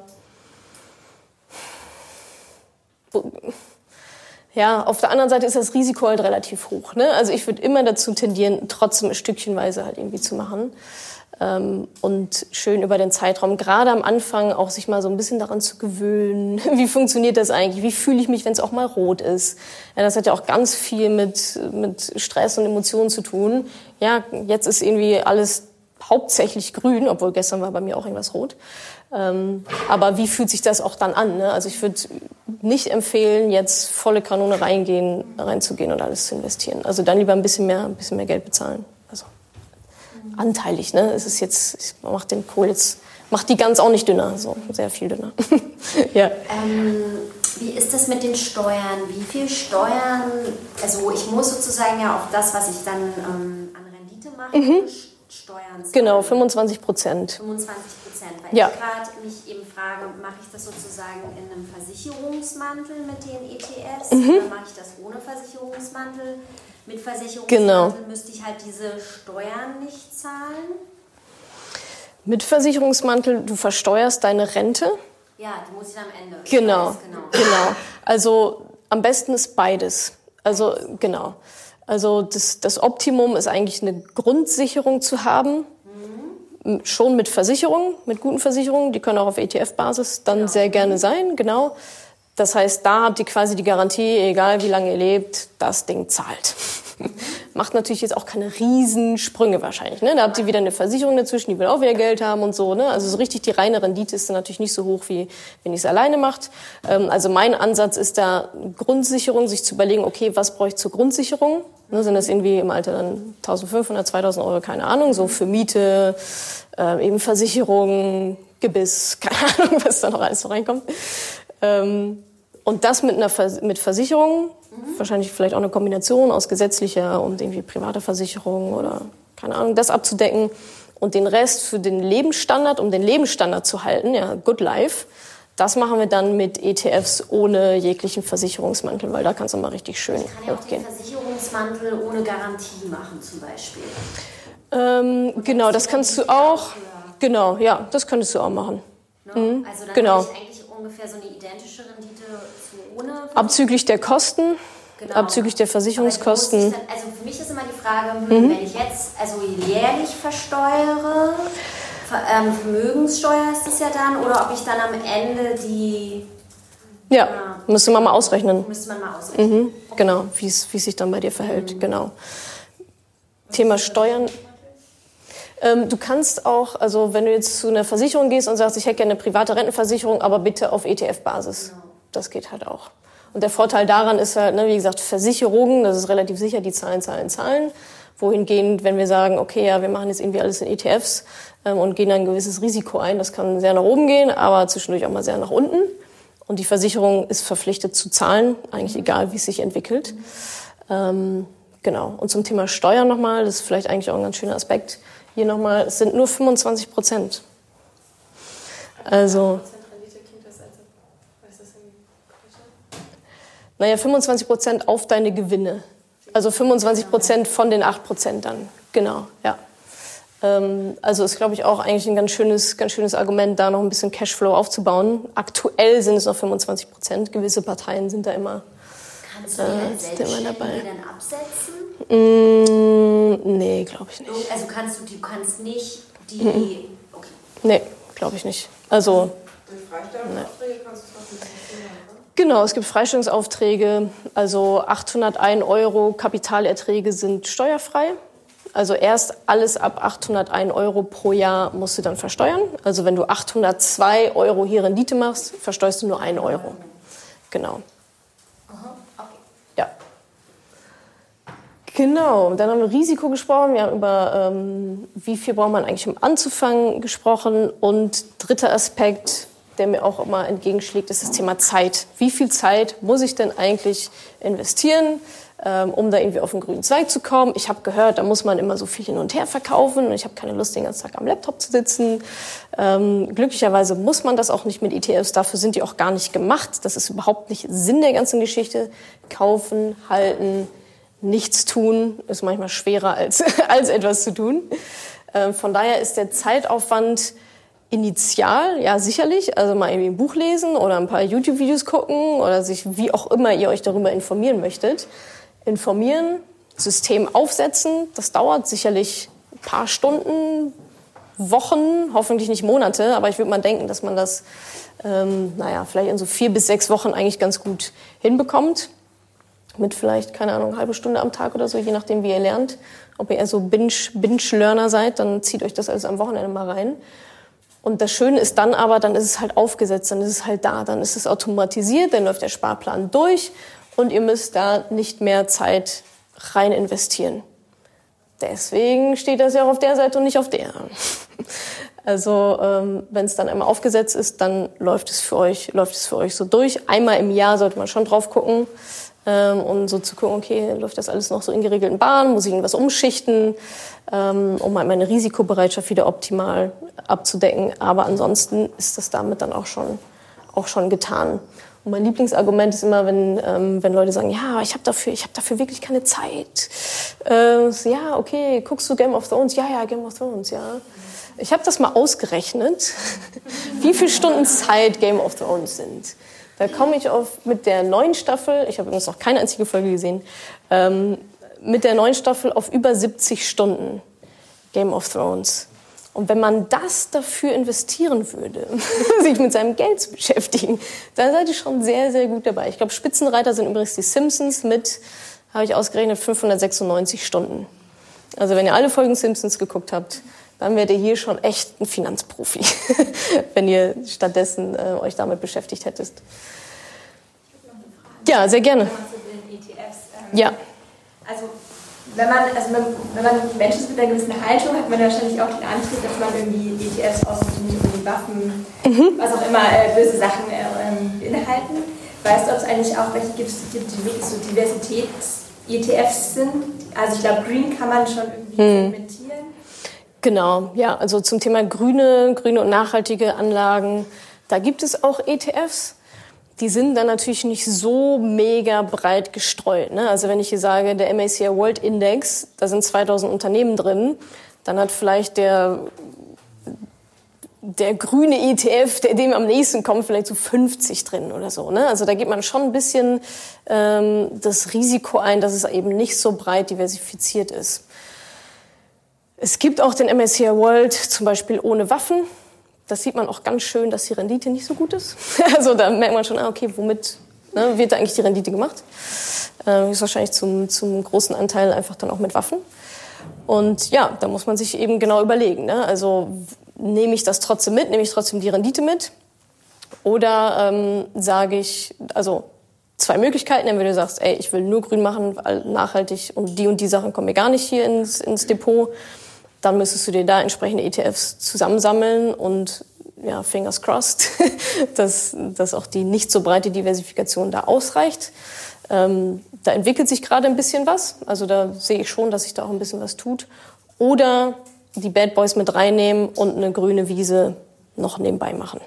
ja, auf der anderen Seite ist das Risiko halt relativ hoch. Ne? Also ich würde immer dazu tendieren, trotzdem stückchenweise halt irgendwie zu machen. Ähm, und schön über den Zeitraum, gerade am Anfang auch sich mal so ein bisschen daran zu gewöhnen. Wie funktioniert das eigentlich? Wie fühle ich mich, wenn es auch mal rot ist? Ja, das hat ja auch ganz viel mit, mit Stress und Emotionen zu tun. Ja, jetzt ist irgendwie alles hauptsächlich grün, obwohl gestern war bei mir auch irgendwas rot. Ähm, aber wie fühlt sich das auch dann an? Ne? Also ich würde nicht empfehlen, jetzt volle Kanone reingehen, reinzugehen und alles zu investieren. Also dann lieber ein bisschen mehr, ein bisschen mehr Geld bezahlen. Also anteilig, ne? Es ist jetzt, ich mach den Kohl jetzt, mach die Gans auch nicht dünner, so sehr viel dünner. Ja. Ähm, wie ist das mit den Steuern? Wie viel Steuern? Also ich muss sozusagen ja auf das, was ich dann ähm, an Rendite mache, mhm. Steuern zahlen. Genau, fünfundzwanzig Prozent. fünfundzwanzig Prozent, weil ja. ich gerade mich eben frage, mache ich das sozusagen in einem Versicherungsmantel mit den E T Fs mhm. oder mache ich das ohne Versicherungsmantel? Mit Versicherungsmantel genau. müsste ich halt diese Steuern nicht zahlen? Mit Versicherungsmantel, du versteuerst deine Rente. Ja, die muss ich am Ende. Genau, genau, genau. Also am besten ist beides. Also genau. Also das, das Optimum ist eigentlich eine Grundsicherung zu haben. Mhm. Schon mit Versicherungen, mit guten Versicherungen. Die können auch auf E T F-Basis dann genau. sehr gerne sein, genau. Das heißt, da habt ihr quasi die Garantie, egal wie lange ihr lebt, das Ding zahlt. Macht natürlich jetzt auch keine Riesensprünge wahrscheinlich. Ne? Da habt ihr wieder eine Versicherung dazwischen, die will auch wieder Geld haben und so. Ne? Also so richtig die reine Rendite ist dann natürlich nicht so hoch, wie wenn ihr es alleine macht. Ähm, also mein Ansatz ist da Grundsicherung, sich zu überlegen, okay, was brauche ich zur Grundsicherung? Ne? Sind das irgendwie im Alter dann eintausendfünfhundert, zweitausend Euro, keine Ahnung, so für Miete, äh, eben Versicherung, Gebiss, keine Ahnung, was da noch alles so reinkommt. Ähm, und das mit einer Vers- mit Versicherung, mhm. wahrscheinlich vielleicht auch eine Kombination aus gesetzlicher und irgendwie privater Versicherung oder keine Ahnung, das abzudecken und den Rest für den Lebensstandard, um den Lebensstandard zu halten, ja, Good Life, das machen wir dann mit E T Fs ohne jeglichen Versicherungsmantel, weil da kannst du mal richtig schön hochgehen. Ich kann ja auch den Versicherungsmantel ohne Garantie machen zum Beispiel. Ähm, genau, das kannst du auch, genau, ja, das könntest du auch machen. No? Mhm, also dann genau. habe ich eigentlich ungefähr so eine identische Rendite zu ohne. Abzüglich der Kosten, genau. abzüglich der Versicherungskosten. Dann, also für mich ist immer die Frage, mhm. wenn ich jetzt also jährlich versteuere, ähm, Vermögenssteuer ist das ja dann, oder ob ich dann am Ende die... Ja, ja müsste man mal ausrechnen. Müsste man mal ausrechnen. Mhm, okay. Genau, wie es sich dann bei dir verhält, mhm. genau. Was Thema Steuern... Ähm, du kannst auch, also wenn du jetzt zu einer Versicherung gehst und sagst, ich hätte gerne eine private Rentenversicherung, aber bitte auf E T F-Basis. Genau. Das geht halt auch. Und der Vorteil daran ist halt, ne, wie gesagt, Versicherungen, das ist relativ sicher, die zahlen, zahlen, zahlen. Wohingehend, wenn wir sagen, okay, ja, wir machen jetzt irgendwie alles in E T Fs ähm, und gehen dann ein gewisses Risiko ein, das kann sehr nach oben gehen, aber zwischendurch auch mal sehr nach unten. Und die Versicherung ist verpflichtet zu zahlen, eigentlich egal, wie es sich entwickelt. Ähm, genau. Und zum Thema Steuern nochmal, das ist vielleicht eigentlich auch ein ganz schöner Aspekt. Hier nochmal, es sind nur fünfundzwanzig Prozent. Also, naja, fünfundzwanzig Prozent auf deine Gewinne. Also fünfundzwanzig Prozent von den acht Prozent dann. Genau, ja. Ähm, also ist, glaube ich, auch eigentlich ein ganz schönes, ganz schönes Argument, da noch ein bisschen Cashflow aufzubauen. Aktuell sind es noch fünfundzwanzig Prozent. Gewisse Parteien sind da immer, Kannst du die äh, immer dabei. dann absetzen? Mm, nee, glaube ich nicht. Also kannst du, du kannst nicht die... Okay. Nee, glaube ich nicht. Also... Durch Freistellungsaufträge kannst du es noch nicht machen. Genau, es gibt Freistellungsaufträge, also achthundertein Euro Kapitalerträge sind steuerfrei. Also erst alles ab achthundertein Euro pro Jahr musst du dann versteuern. Also wenn du achthundertzwei Euro hier Rendite machst, versteuerst du nur einen Euro. Genau. Ja. Genau, dann haben wir Risiko gesprochen, wir haben über ähm, wie viel braucht man eigentlich, um anzufangen, gesprochen. Und dritter Aspekt, der mir auch immer entgegenschlägt, ist das Thema Zeit. Wie viel Zeit muss ich denn eigentlich investieren, ähm, um da irgendwie auf den grünen Zweig zu kommen? Ich habe gehört, da muss man immer so viel hin und her verkaufen und ich habe keine Lust, den ganzen Tag am Laptop zu sitzen. Ähm, glücklicherweise muss man das auch nicht mit E T Fs, dafür sind die auch gar nicht gemacht. Das ist überhaupt nicht Sinn der ganzen Geschichte. Kaufen, halten, nichts tun ist manchmal schwerer als, als etwas zu tun. Ähm, von daher ist der Zeitaufwand initial, ja sicherlich, also mal irgendwie ein Buch lesen oder ein paar YouTube-Videos gucken oder sich, wie auch immer ihr euch darüber informieren möchtet. Informieren, System aufsetzen, das dauert sicherlich ein paar Stunden, Wochen, hoffentlich nicht Monate, aber ich würde mal denken, dass man das, ähm, naja, vielleicht in so vier bis sechs Wochen eigentlich ganz gut hinbekommt. Mit vielleicht, keine Ahnung, eine halbe Stunde am Tag oder so, je nachdem, wie ihr lernt. Ob ihr eher so Binge, Binge-Learner seid, dann zieht euch das alles am Wochenende mal rein. Und das Schöne ist dann aber, dann ist es halt aufgesetzt, dann ist es halt da, dann ist es automatisiert, dann läuft der Sparplan durch und ihr müsst da nicht mehr Zeit rein investieren. Deswegen steht das ja auch auf der Seite und nicht auf der. Also ähm, wenn es dann einmal aufgesetzt ist, dann läuft es für euch, läuft es für euch so durch. Einmal im Jahr sollte man schon drauf gucken, ähm, um so zu gucken, okay, läuft das alles noch so in geregelten Bahnen, muss ich irgendwas umschichten, ähm, um halt meine Risikobereitschaft wieder optimal abzudecken. Aber ansonsten ist das damit dann auch schon, auch schon getan. Und mein Lieblingsargument ist immer, wenn, ähm, wenn Leute sagen, ja, ich habe dafür, ich habe dafür wirklich keine Zeit. Äh, so, ja, okay, guckst du Game of Thrones? Ja, ja, Game of Thrones, ja. Ich habe das mal ausgerechnet, wie viele Stunden Zeit Game of Thrones sind. Da komme ich auf mit der neuen Staffel, ich habe übrigens noch keine einzige Folge gesehen, ähm, mit der neuen Staffel auf über siebzig Stunden Game of Thrones. Und wenn man das dafür investieren würde, sich mit seinem Geld zu beschäftigen, dann seid ihr schon sehr, sehr gut dabei. Ich glaube, Spitzenreiter sind übrigens die Simpsons mit, habe ich ausgerechnet, fünfhundertsechsundneunzig Stunden. Also wenn ihr alle Folgen Simpsons geguckt habt, dann werdet ihr hier schon echt ein Finanzprofi, wenn ihr stattdessen äh, euch damit beschäftigt hättet. Ja, sehr gerne. Zu den E T Fs. Ähm, ja. Also wenn man, also wenn, wenn man Mensch ist mit einer gewissen Haltung, hat man wahrscheinlich auch den Antrieb, dass man irgendwie E T Fs aussucht, irgendwie Waffen, mhm. was auch immer, äh, böse Sachen äh, beinhalten. Weißt du, ob es eigentlich auch welche gibt, die wirklich so Diversitäts-E T Fs sind? Also ich glaube, Green kann man schon irgendwie mhm. segmentieren. Genau, ja, also zum Thema grüne, grüne und nachhaltige Anlagen, da gibt es auch E T Fs. Die sind dann natürlich nicht so mega breit gestreut, ne? Also wenn ich hier sage, der M S C I World Index, da sind zweitausend Unternehmen drin, dann hat vielleicht der, der grüne E T F, der dem am nächsten kommt, vielleicht so fünfzig drin oder so, ne? Also da geht man schon ein bisschen ähm, das Risiko ein, dass es eben nicht so breit diversifiziert ist. Es gibt auch den M S C I World zum Beispiel ohne Waffen. Das sieht man auch ganz schön, dass die Rendite nicht so gut ist. Also da merkt man schon, ah, okay, womit ne, wird da eigentlich die Rendite gemacht? Äh, ist wahrscheinlich zum, zum großen Anteil einfach dann auch mit Waffen. Und ja, da muss man sich eben genau überlegen, ne? Also nehme ich das trotzdem mit, nehme ich trotzdem die Rendite mit? Oder ähm, sage ich, also zwei Möglichkeiten, entweder du sagst, ey, ich will nur grün machen, weil nachhaltig und die und die Sachen kommen mir gar nicht hier ins, ins Depot, dann müsstest du dir da entsprechende E T Fs zusammensammeln und ja, fingers crossed, dass, dass auch die nicht so breite Diversifikation da ausreicht. Ähm, da entwickelt sich gerade ein bisschen was, also da sehe ich schon, dass sich da auch ein bisschen was tut. Oder die Bad Boys mit reinnehmen und eine grüne Wiese noch nebenbei machen.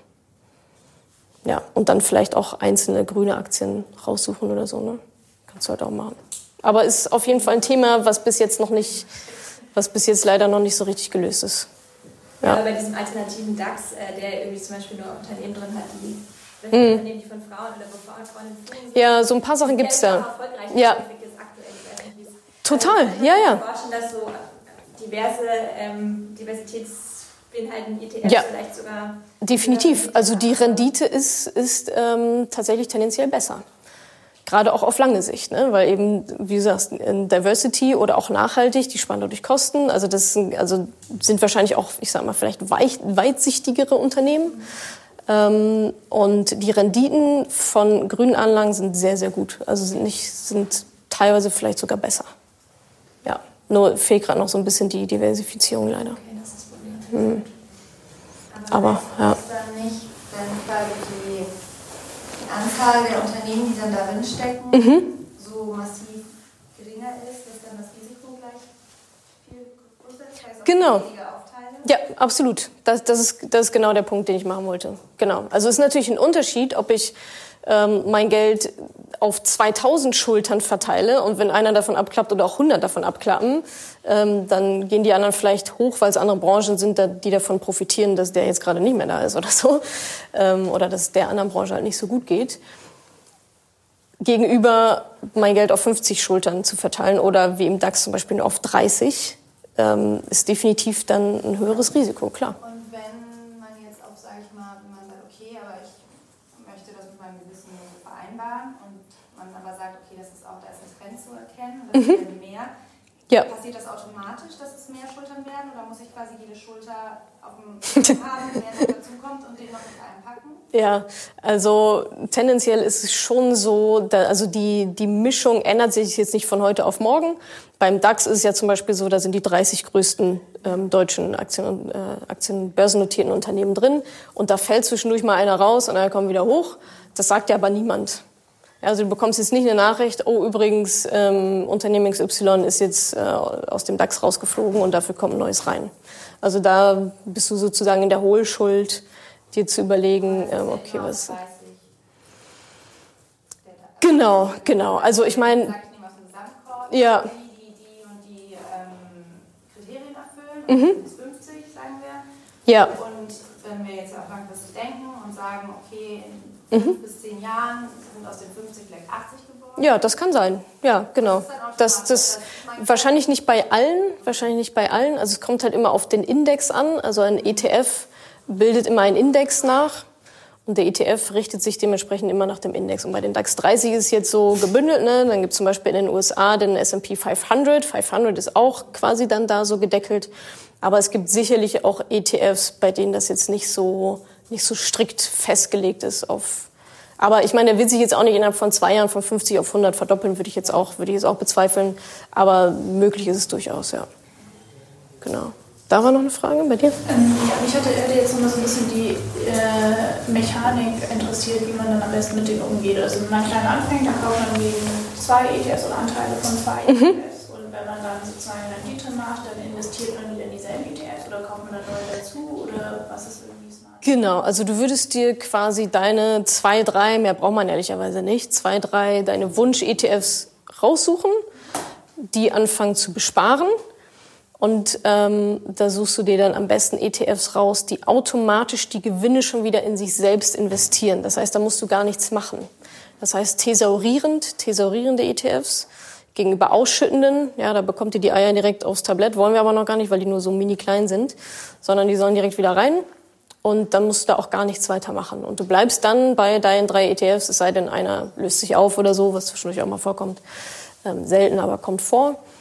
Ja, und dann vielleicht auch einzelne grüne Aktien raussuchen oder so, ne? Kannst du halt auch machen. Aber ist auf jeden Fall ein Thema, was bis jetzt noch nicht, was bis jetzt leider noch nicht so richtig gelöst ist. Ja, aber bei diesem alternativen DAX, äh, der irgendwie zum Beispiel nur Unternehmen drin hat, die, mm. Unternehmen, die von Frauen oder wo Frauen Freundinnen führen. Ja, so ein paar Sachen gibt's da. Ja. Total, ja, ja. Ich kann mir vorstellen, dass so diverse ähm, Diversitätsbeinhalten E T Fs ja. vielleicht sogar... Definitiv. Also die Rendite ist, ist ähm, tatsächlich tendenziell besser. Gerade auch auf lange Sicht, ne? Weil eben, wie du sagst, Diversity oder auch nachhaltig, die sparen dadurch Kosten. Also das sind, also sind wahrscheinlich auch, ich sag mal, vielleicht weit, weitsichtigere Unternehmen. Ähm, und die Renditen von grünen Anlagen sind sehr, sehr gut. Also sind nicht, sind teilweise vielleicht sogar besser. Ja, nur fehlt gerade noch so ein bisschen die Diversifizierung leider. Okay, das ist das Problem. Mhm. Aber, ja. Ist dann nicht, wenn quasi die Anzahl der Unternehmen, die dann darin stecken, mhm. so massiv geringer ist, dass dann das Risiko gleich viel größer ist? Das heißt, auch genau. Weniger Aufteilung? Ja, absolut. Das, das, ist, das ist genau der Punkt, den ich machen wollte. Genau. Also es ist natürlich ein Unterschied, ob ich ähm, mein Geld auf zweitausend Schultern verteile und wenn einer davon abklappt oder auch hundert davon abklappen, ähm, dann gehen die anderen vielleicht hoch, weil es andere Branchen sind, die davon profitieren, dass der jetzt gerade nicht mehr da ist oder so. Ähm, oder dass es der anderen Branche halt nicht so gut geht. Gegenüber mein Geld auf fünfzig Schultern zu verteilen oder wie im DAX zum Beispiel nur auf dreißig, ähm, ist definitiv dann ein höheres Risiko, klar. Und wenn man jetzt auch, sage ich mal, wenn man sagt, okay, aber ich möchte das mit meinem Gewissen vereinbaren und man aber sagt, okay, das ist auch, da ist ein Trend zu erkennen und das mhm. werden mehr. Ja. Passiert das automatisch, dass es mehr Schultern werden oder muss ich quasi jede Schulter auf dem haben, wer noch dazukommt und den noch mit einpacken? Ja, also tendenziell ist es schon so, da, also die, die Mischung ändert sich jetzt nicht von heute auf morgen. Beim DAX ist es ja zum Beispiel so, da sind die dreißig größten ähm, deutschen Aktien, äh, Aktien börsennotierten Unternehmen drin und da fällt zwischendurch mal einer raus und einer kommt wieder hoch. Das sagt ja aber niemand. Also du bekommst jetzt nicht eine Nachricht, oh übrigens, ähm, Unternehmen X Y ist jetzt äh, aus dem DAX rausgeflogen und dafür kommt ein neues rein. Also da bist du sozusagen in der Hohlschuld, dir zu überlegen, ähm, okay, was... Genau, genau. Also ich meine... Ja. Die, die, die und die ähm, Kriterien erfüllen, mhm. bis fünfzig, sagen wir. Ja. Und wenn wir jetzt auch langfristig denken und sagen, okay, in fünf mhm. bis zehn Jahren sind aus den fünfzig vielleicht achtzig geworden. Ja, das kann sein. Ja, genau. Das, das wahrscheinlich nicht bei allen, wahrscheinlich nicht bei allen. Also es kommt halt immer auf den Index an. Also ein E T F bildet immer einen Index nach. Und der E T F richtet sich dementsprechend immer nach dem Index. Und bei den DAX dreißig ist es jetzt so gebündelt, ne? Dann gibt es zum Beispiel in den U S A den S and P fünfhundert. fünfhundert ist auch quasi dann da so gedeckelt. Aber es gibt sicherlich auch E T Fs, bei denen das jetzt nicht so, nicht so strikt festgelegt ist auf... Aber ich meine, der wird sich jetzt auch nicht innerhalb von zwei Jahren von fünfzig auf hundert verdoppeln, würde ich jetzt auch, würde ich jetzt auch bezweifeln. Aber möglich ist es durchaus, ja. Genau. Da war noch eine Frage bei dir? Ähm, ja, mich hatte, hatte jetzt noch so ein bisschen die äh, Mechanik interessiert, wie man dann am besten mit denen umgeht. Also wenn man klein anfängt, dann kauft man wegen zwei E T Fs oder Anteile von zwei mhm. E T Fs. Und wenn man dann sozusagen Rendite macht, dann investiert man wieder in dieselben E T Fs oder kauft man dann neue dazu oder was ist irgendwie smart? Genau, also du würdest dir quasi deine zwei, drei, mehr braucht man ehrlicherweise nicht, zwei, drei, deine Wunsch-E T Fs raussuchen, die anfangen zu besparen. Und ähm, da suchst du dir dann am besten E T Fs raus, die automatisch die Gewinne schon wieder in sich selbst investieren. Das heißt, da musst du gar nichts machen. Das heißt, thesaurierend, thesaurierende E T Fs gegenüber ausschüttenden, ja, da bekommt ihr die Eier direkt aufs Tablett, wollen wir aber noch gar nicht, weil die nur so mini klein sind, sondern die sollen direkt wieder rein und dann musst du da auch gar nichts weitermachen. Und du bleibst dann bei deinen drei E T Fs, es sei denn, einer löst sich auf oder so, was zwischendurch auch mal vorkommt. Ähm, selten, aber kommt vor.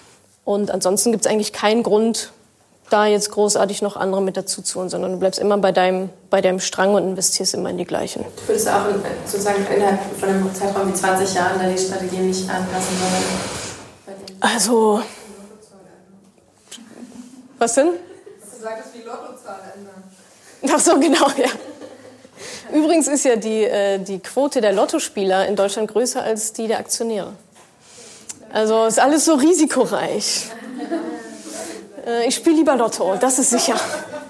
Und ansonsten gibt es eigentlich keinen Grund, da jetzt großartig noch andere mit dazu zu holen, sondern du bleibst immer bei deinem, bei deinem Strang und investierst immer in die gleichen. Du würdest auch in, sozusagen innerhalb von einem Zeitraum wie zwanzig Jahren da die Strategie nicht anpassen, sondern... Also... Was denn? Du sagtest, wie Lottozahl ändern. Ach so, genau, ja. Übrigens ist ja die, äh, die Quote der Lottospieler in Deutschland größer als die der Aktionäre. Also ist alles so risikoreich. Äh, ich spiele lieber Lotto, das ist sicher.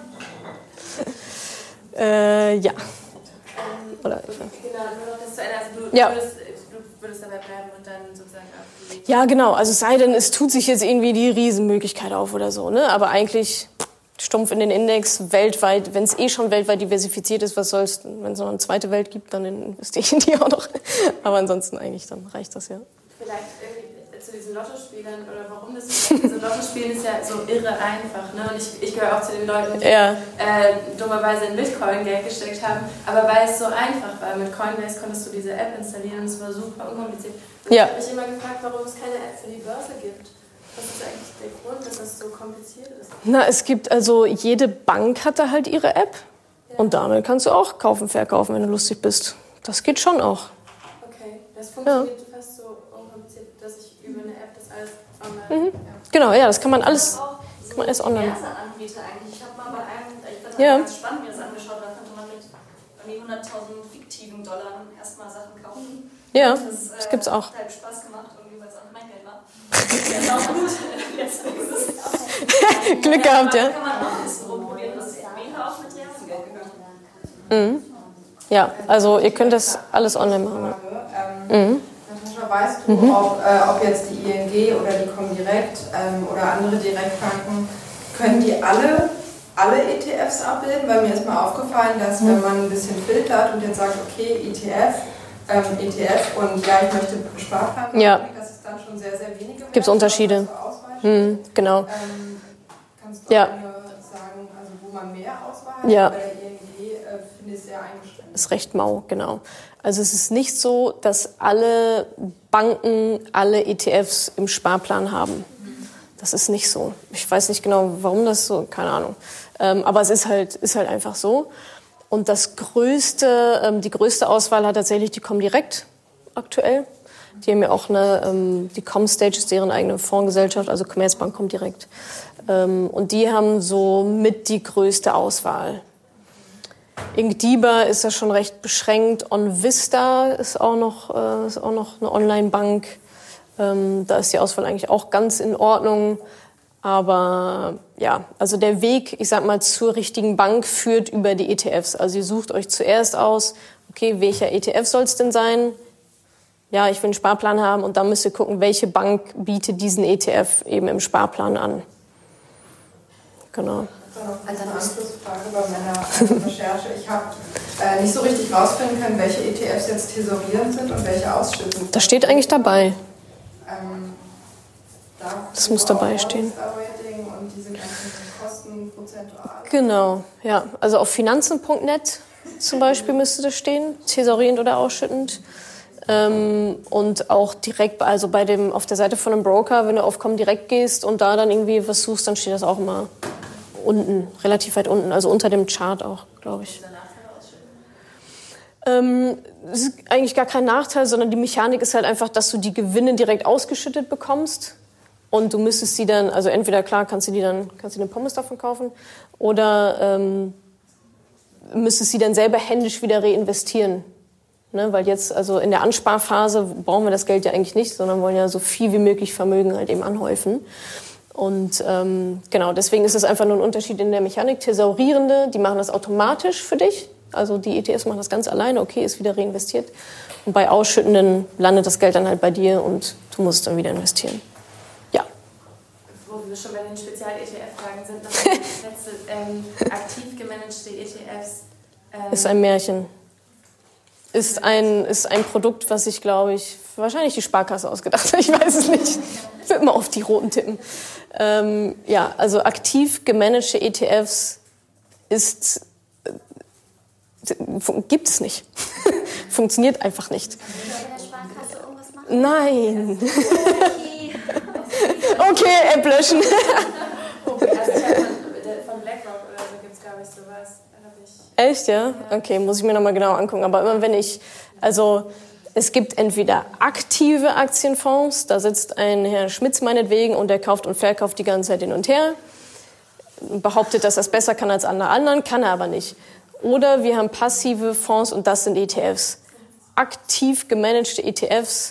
Äh, ja. Oder, genau, nur noch das zu Ende. Also du, ja. würdest, du würdest dabei bleiben und dann sozusagen auf die... Ja, genau. Also es sei denn, es tut sich jetzt irgendwie die Riesenmöglichkeit auf oder so. Ne? Aber eigentlich stumpf in den Index, weltweit, wenn es eh schon weltweit diversifiziert ist, was soll's, wenn es noch eine zweite Welt gibt, dann investiere ich in die auch noch. Aber ansonsten eigentlich, dann reicht das ja. Vielleicht irgendwie zu diesen Lottospielern oder warum das so ist. Also Lottospielen ist ja so irre einfach. Ne? Und ich, ich gehöre auch zu den Leuten, die ja. äh, dummerweise in Bitcoin Geld gesteckt haben. Aber weil es so einfach war, mit Coinbase konntest du diese App installieren und es war super unkompliziert. Und ja. ich habe mich immer gefragt, warum es keine App für die Börse gibt. Was ist eigentlich der Grund, dass das so kompliziert ist? Na, es gibt also, jede Bank hat da halt ihre App. Ja. Und damit kannst du auch kaufen, verkaufen, wenn du lustig bist. Das geht schon auch. Okay, das funktioniert ja. fast so unkompliziert, dass ich über eine App das alles online... Mhm. Ja. Genau, ja, das kann man alles, auch kann man alles online. Anbieter eigentlich. Ich habe mal bei einem, ich fand das ja. ganz spannend, mir das angeschaut, da konnte man mit hunderttausend fiktiven Dollar erstmal Sachen kaufen. Ja, das, das, äh, das gibt's auch. Hat halt Spaß gemacht, irgendwie, weil es auch mein Geld war. Das ist auch gut. Jetzt ist es auch Glück gehabt, ja. Da kann man auch ein bisschen rumprobieren, das ist später auch mit Reallengeld gehört. Mhm. Ja, also ihr könnt das alles online machen. Ähm, mhm. Natascha, weißt du, mhm. ob, äh, ob jetzt die I N G oder die Comdirect ähm, oder andere Direktbanken, können die alle, alle E T Fs abbilden? Weil mir ist mal aufgefallen, dass mhm. wenn man ein bisschen filtert und jetzt sagt, okay, E T F, ähm, E T F und ja, ich möchte Sparplan, ja. dass es dann schon sehr, sehr wenige gibt es Unterschiede. Mhm, genau. Ähm, kannst du ja. auch sagen, also wo man mehr Auswahl hat? Ja. Bei der I N G äh, finde ich es sehr eingeschränkt. Ist recht mau, genau. Also es ist nicht so, dass alle Banken alle E T Fs im Sparplan haben. Das ist nicht so. Ich weiß nicht genau, warum das so, keine Ahnung. Ähm, aber es ist halt, ist halt einfach so. Und das größte, ähm, die größte Auswahl hat tatsächlich die Comdirect aktuell. Die haben ja auch eine, ähm, die Comstage ist deren eigene Fondsgesellschaft, also Commerzbank Comdirect. Ähm, und die haben so mit die größte Auswahl. Inkdiba ist da schon recht beschränkt. OnVista ist auch noch, äh, ist auch noch eine Online-Bank. Ähm, da ist die Auswahl eigentlich auch ganz in Ordnung. Aber ja, also der Weg, ich sag mal, zur richtigen Bank führt über die E T Fs. Also ihr sucht euch zuerst aus, okay, welcher E T F soll es denn sein? Ja, ich will einen Sparplan haben und dann müsst ihr gucken, welche Bank bietet diesen E T F eben im Sparplan an. Genau. Also eine Anschlussfrage bei meiner Recherche. Ich habe äh, nicht so richtig rausfinden können, welche E T Fs jetzt tesorierend sind und welche ausschüttend. Das steht eigentlich dabei. Ähm, das muss dabei stehen. Und diese ganzen Kosten prozentual. Genau, ja. Also auf finanzen punkt net zum Beispiel müsste das stehen, tesorierend oder ausschüttend. Ähm, und auch direkt, also bei dem, auf der Seite von einem Broker, wenn du auf Comdirect gehst und da dann irgendwie was suchst, dann steht das auch immer unten, relativ weit unten, also unter dem Chart auch, glaube ich. Ähm, es ist eigentlich gar kein Nachteil, sondern die Mechanik ist halt einfach, dass du die Gewinne direkt ausgeschüttet bekommst und du müsstest sie dann, also entweder klar kannst du die dann, kannst du den Pommes davon kaufen oder ähm, müsstest sie dann selber händisch wieder reinvestieren. Ne, weil jetzt, also in der Ansparphase brauchen wir das Geld ja eigentlich nicht, sondern wollen ja so viel wie möglich Vermögen halt eben anhäufen. Und ähm, genau, deswegen ist es einfach nur ein Unterschied in der Mechanik. Thesaurierende, die machen das automatisch für dich. Also die E T Fs machen das ganz alleine, okay, ist wieder reinvestiert. Und bei Ausschüttenden landet das Geld dann halt bei dir und du musst dann wieder investieren. Ja. Wo wir schon bei den Spezial-E T F-Fragen sind, noch das letzte, ähm, aktiv gemanagte E T Fs. Ähm, ist ein Märchen. Ist ein, ist ein Produkt, was sich, glaube ich, wahrscheinlich die Sparkasse ausgedacht hat. Ich weiß es nicht. Ich will immer auf die roten tippen. Ähm, ja, also aktiv gemanagte E T Fs ist, äh, gibt es nicht. Funktioniert einfach nicht. Kann man bei der Sparkasse irgendwas machen? Nein. Okay. Okay, App löschen. Okay, also ich hab von, von BlackRock oder so gibt es, glaube ich, sowas. Ich, Echt, ja? Okay, muss ich mir nochmal genau angucken. Aber immer wenn ich, also es gibt entweder aktive Aktienfonds, da sitzt ein Herr Schmitz meinetwegen und der kauft und verkauft die ganze Zeit hin und her, behauptet, dass er es besser kann als andere anderen, kann er aber nicht. Oder wir haben passive Fonds und das sind E T Fs. Aktiv gemanagte E T Fs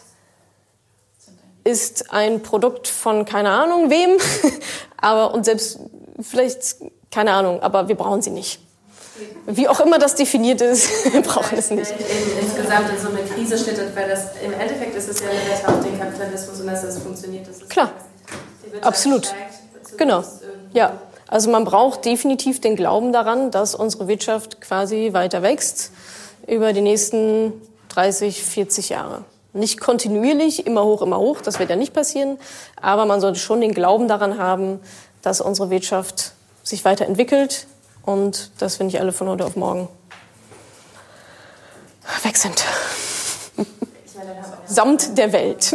ist ein Produkt von keine Ahnung wem, aber und selbst vielleicht, keine Ahnung, aber wir brauchen sie nicht. Wie auch immer das definiert ist, wir brauchen es nicht. In, insgesamt in so eine Krise schlittert, weil das im Endeffekt ist es ja eine Wette auf den Kapitalismus und dass das funktioniert. Das ist klar, absolut, steigt, genau, ja. Also man braucht definitiv den Glauben daran, dass unsere Wirtschaft quasi weiter wächst über die nächsten dreißig, vierzig Jahre. Nicht kontinuierlich, immer hoch, immer hoch, das wird ja nicht passieren, aber man sollte schon den Glauben daran haben, dass unsere Wirtschaft sich weiterentwickelt und dass wir nicht alle von heute auf morgen weg sind. Samt der Welt.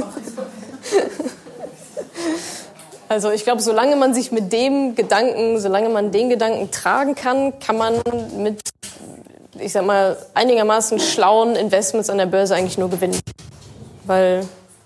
Also ich glaube, solange man sich mit dem Gedanken, solange man den Gedanken tragen kann, kann man mit, ich sag mal, einigermaßen schlauen Investments an der Börse eigentlich nur gewinnen. Weil,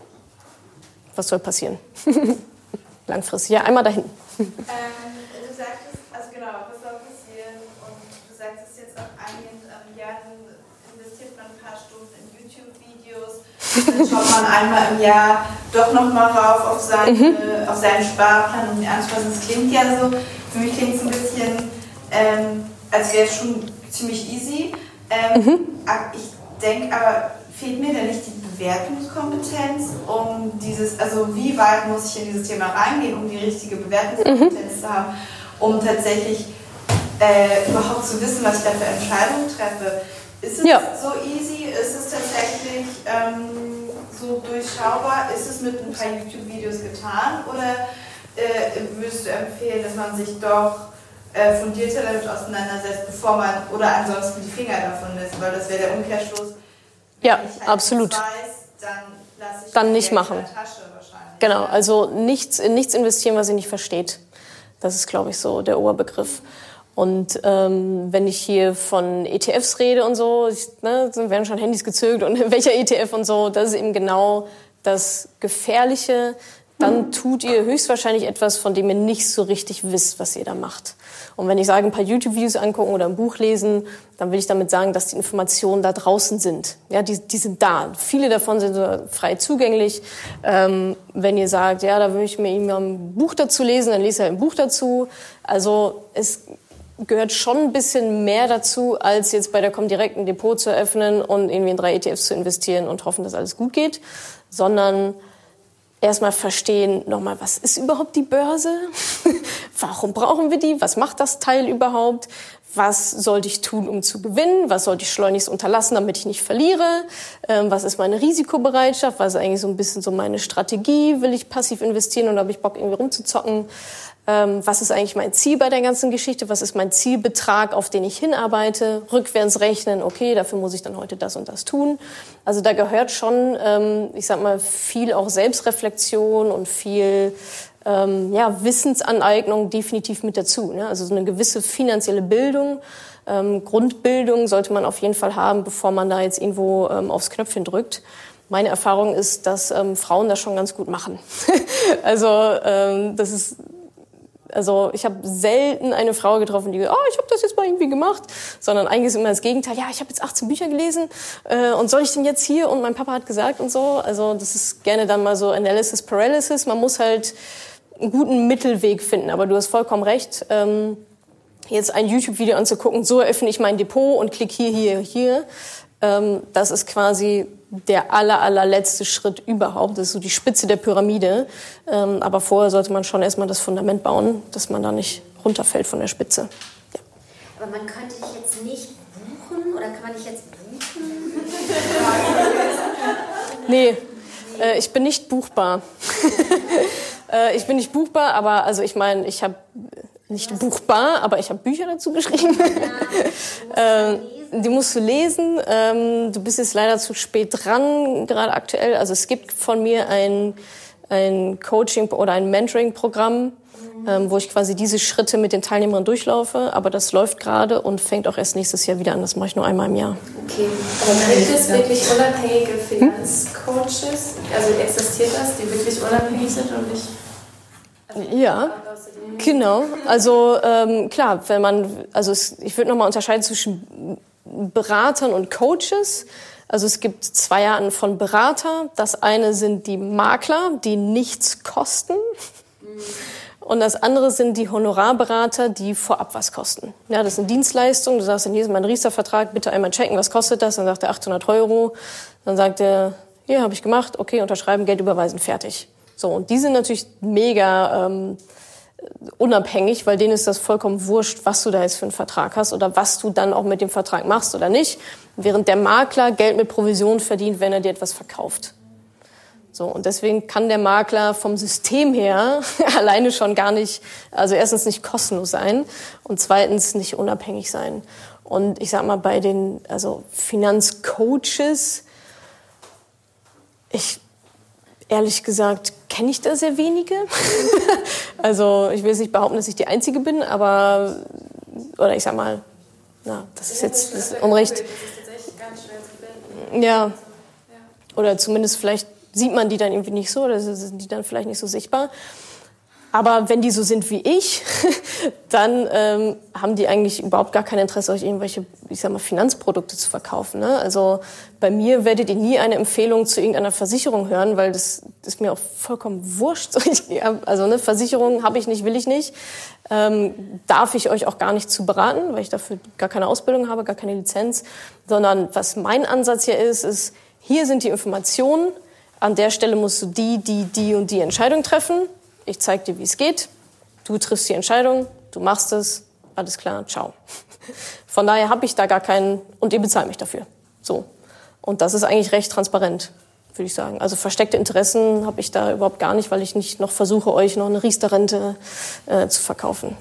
was soll passieren? Langfristig. Ja, einmal dahin. Ähm, du sagtest, also genau, was soll passieren? Und du sagtest jetzt auch eingehend, ähm, ja, dann investiert man ein paar Stunden in YouTube-Videos, dann schaut man einmal im Jahr doch nochmal rauf auf, seine, mhm. auf seinen Sparplan und ansonsten, es klingt ja so, für mich klingt es ein bisschen, ähm, als wäre es schon ziemlich easy. Ähm, mhm. Ich denke aber, fehlt mir da nicht die Bewertungskompetenz, um dieses, also wie weit muss ich in dieses Thema reingehen, um die richtige Bewertungskompetenz mhm. zu haben, um tatsächlich äh, überhaupt zu wissen, was ich da für Entscheidungen treffe. Ist es ja. so easy? Ist es tatsächlich ähm, so durchschaubar? Ist es mit ein paar YouTube-Videos getan? Oder äh, würdest du empfehlen, dass man sich doch äh, fundierter damit auseinandersetzt, bevor man oder ansonsten die Finger davon lässt? Weil das wäre der Umkehrschluss. Ja, wenn ich halt absolut. Weiß, dann lasse ich dann nicht machen. in der Tasche wahrscheinlich. Genau, also nichts, in nichts investieren, was ihr nicht versteht. Das ist, glaube ich, so der Oberbegriff. Und ähm, wenn ich hier von E T Fs rede und so, ich, ne, werden schon Handys gezückt und welcher E T F und so, das ist eben genau das Gefährliche. Dann tut ihr höchstwahrscheinlich etwas, von dem ihr nicht so richtig wisst, was ihr da macht. Und wenn ich sage, ein paar YouTube-Videos angucken oder ein Buch lesen, dann will ich damit sagen, dass die Informationen da draußen sind. Ja, die, die sind da. Viele davon sind so frei zugänglich. Ähm, wenn ihr sagt, ja, da will ich mir ein Buch dazu lesen, dann lese ich halt ein Buch dazu. Also es gehört schon ein bisschen mehr dazu, als jetzt bei der Comdirect ein Depot zu eröffnen und irgendwie in drei E T Fs zu investieren und hoffen, dass alles gut geht, sondern erstmal verstehen, nochmal, was ist überhaupt die Börse? Warum brauchen wir die? Was macht das Teil überhaupt? Was sollte ich tun, um zu gewinnen? Was sollte ich schleunigst unterlassen, damit ich nicht verliere? Ähm, was ist meine Risikobereitschaft? Was ist eigentlich so ein bisschen so meine Strategie? Will ich passiv investieren oder habe ich Bock, irgendwie rumzuzocken? Ähm, was ist eigentlich mein Ziel bei der ganzen Geschichte? Was ist mein Zielbetrag, auf den ich hinarbeite? Rückwärts rechnen, okay, dafür muss ich dann heute das und das tun. Also da gehört schon, ähm, ich sag mal, viel auch Selbstreflexion und viel ähm, ja, Wissensaneignung definitiv mit dazu. Ne? Also so eine gewisse finanzielle Bildung, ähm, Grundbildung sollte man auf jeden Fall haben, bevor man da jetzt irgendwo ähm, aufs Knöpfchen drückt. Meine Erfahrung ist, dass ähm, Frauen das schon ganz gut machen. Also ähm, das ist Also ich habe selten eine Frau getroffen, die gesagt, oh, ich habe das jetzt mal irgendwie gemacht, sondern eigentlich ist immer das Gegenteil. Ja, ich habe jetzt achtzehn Bücher gelesen äh, und soll ich denn jetzt hier? Und mein Papa hat gesagt und so. Also das ist gerne dann mal so Analysis Paralysis. Man muss halt einen guten Mittelweg finden. Aber du hast vollkommen recht. Ähm, jetzt ein YouTube-Video anzugucken, so eröffne ich mein Depot und klick hier, hier, hier. Ähm, das ist quasi der aller, allerletzte Schritt überhaupt. Das ist so die Spitze der Pyramide. Ähm, aber vorher sollte man schon erstmal das Fundament bauen, dass man da nicht runterfällt von der Spitze. Ja. Aber man könnte dich jetzt nicht buchen oder kann man dich jetzt buchen? Nee, äh, ich bin nicht buchbar. äh, ich bin nicht buchbar, aber also ich meine, ich habe nicht buchbar, aber ich habe Bücher dazu geschrieben. Ja, äh, die musst du lesen. Ähm, du bist jetzt leider zu spät dran, gerade aktuell. Also es gibt von mir ein ein Coaching- oder ein Mentoring-Programm, ähm, wo ich quasi diese Schritte mit den Teilnehmern durchlaufe. Aber das läuft gerade und fängt auch erst nächstes Jahr wieder an. Das mache ich nur einmal im Jahr. Okay, aber gibt es wirklich unabhängige Finanzcoaches? Also existiert das, die wirklich unabhängig sind und nicht... Also ja, genau. Also ähm, klar, wenn man, also es, ich würde nochmal unterscheiden zwischen Beratern und Coaches. Also es gibt zwei Arten von Berater. Das eine sind die Makler, die nichts kosten. Und das andere sind die Honorarberater, die vorab was kosten. Ja, das sind Dienstleistungen. Du sagst, hier ist mein Riester-Vertrag, bitte einmal checken, was kostet das? Dann sagt er achthundert Euro. Dann sagt er, hier, habe ich gemacht, okay, unterschreiben, Geld überweisen, fertig. So, und die sind natürlich mega ähm, unabhängig, weil denen ist das vollkommen wurscht, was du da jetzt für einen Vertrag hast oder was du dann auch mit dem Vertrag machst oder nicht. Während der Makler Geld mit Provision verdient, wenn er dir etwas verkauft. So, und deswegen kann der Makler vom System her alleine schon gar nicht, also erstens nicht kostenlos sein und zweitens nicht unabhängig sein. Und ich sag mal, bei den also Finanzcoaches, ich ehrlich gesagt kenne ich da sehr wenige. Also ich will jetzt nicht behaupten, dass ich die Einzige bin, aber, oder ich sag mal, na, das ist jetzt das ist Unrecht. Das ist tatsächlich ganz schwer zu finden. Ja, oder zumindest vielleicht sieht man die dann irgendwie nicht so, oder sind die dann vielleicht nicht so sichtbar. Aber wenn die so sind wie ich, dann ähm, haben die eigentlich überhaupt gar kein Interesse, euch irgendwelche, ich sag mal, Finanzprodukte zu verkaufen. Ne? Also bei mir werdet ihr nie eine Empfehlung zu irgendeiner Versicherung hören, weil das, das ist mir auch vollkommen wurscht. Also eine Versicherung habe ich nicht, will ich nicht. Ähm, darf ich euch auch gar nicht zu beraten, weil ich dafür gar keine Ausbildung habe, gar keine Lizenz. Sondern was mein Ansatz hier ist, ist, hier sind die Informationen. An der Stelle musst du die, die, die und die Entscheidung treffen. Ich zeige dir, wie es geht. Du triffst die Entscheidung, du machst es, alles klar, ciao. Von daher habe ich da gar keinen, und ihr bezahlt mich dafür. So. Und das ist eigentlich recht transparent, würde ich sagen. Also versteckte Interessen habe ich da überhaupt gar nicht, weil ich nicht noch versuche, euch noch eine Riester-Rente äh, zu verkaufen.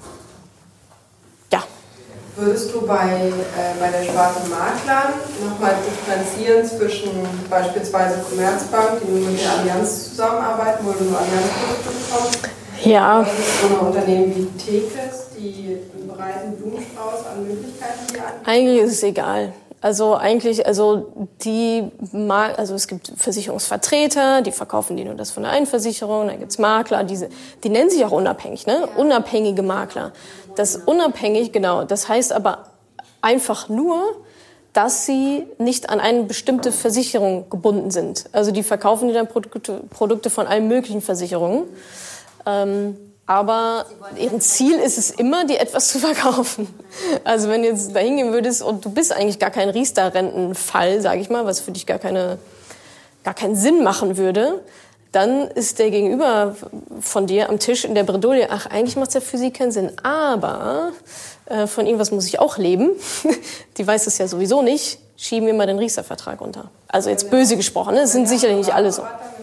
Ja. Würdest du bei, äh, bei der Sparte Maklern nochmal differenzieren zwischen beispielsweise Commerzbank, die nur mit der Allianz zusammenarbeiten, wo du nur Allianzprodukte bekommst? Ja. Und so Unternehmen wie Tekes, die einen breiten Blumenstrauß an Möglichkeiten hier anbieten? Eigentlich ist es egal. Also eigentlich, also die, also es gibt Versicherungsvertreter, die verkaufen dir nur das von der einen Versicherung, dann gibt's Makler, diese, die nennen sich auch unabhängig, ne? Unabhängige Makler. Das unabhängig, genau, das heißt aber einfach nur, dass sie nicht an eine bestimmte Versicherung gebunden sind. Also die verkaufen dir dann Produkte, Produkte von allen möglichen Versicherungen. Ähm, aber deren Ziel ist es immer, dir etwas zu verkaufen. Also wenn du jetzt da hingehen würdest und du bist eigentlich gar kein Riester-Rentenfall, sage ich mal, was für dich gar, keine, gar keinen Sinn machen würde, dann ist der Gegenüber von dir am Tisch in der Bredouille, ach, eigentlich macht es ja für sie keinen Sinn, aber äh, von irgendwas muss ich auch leben. Die weiß es ja sowieso nicht, schieben wir mal den Riester-Vertrag unter. Also jetzt böse gesprochen, ne? Das sind sicherlich nicht alle so.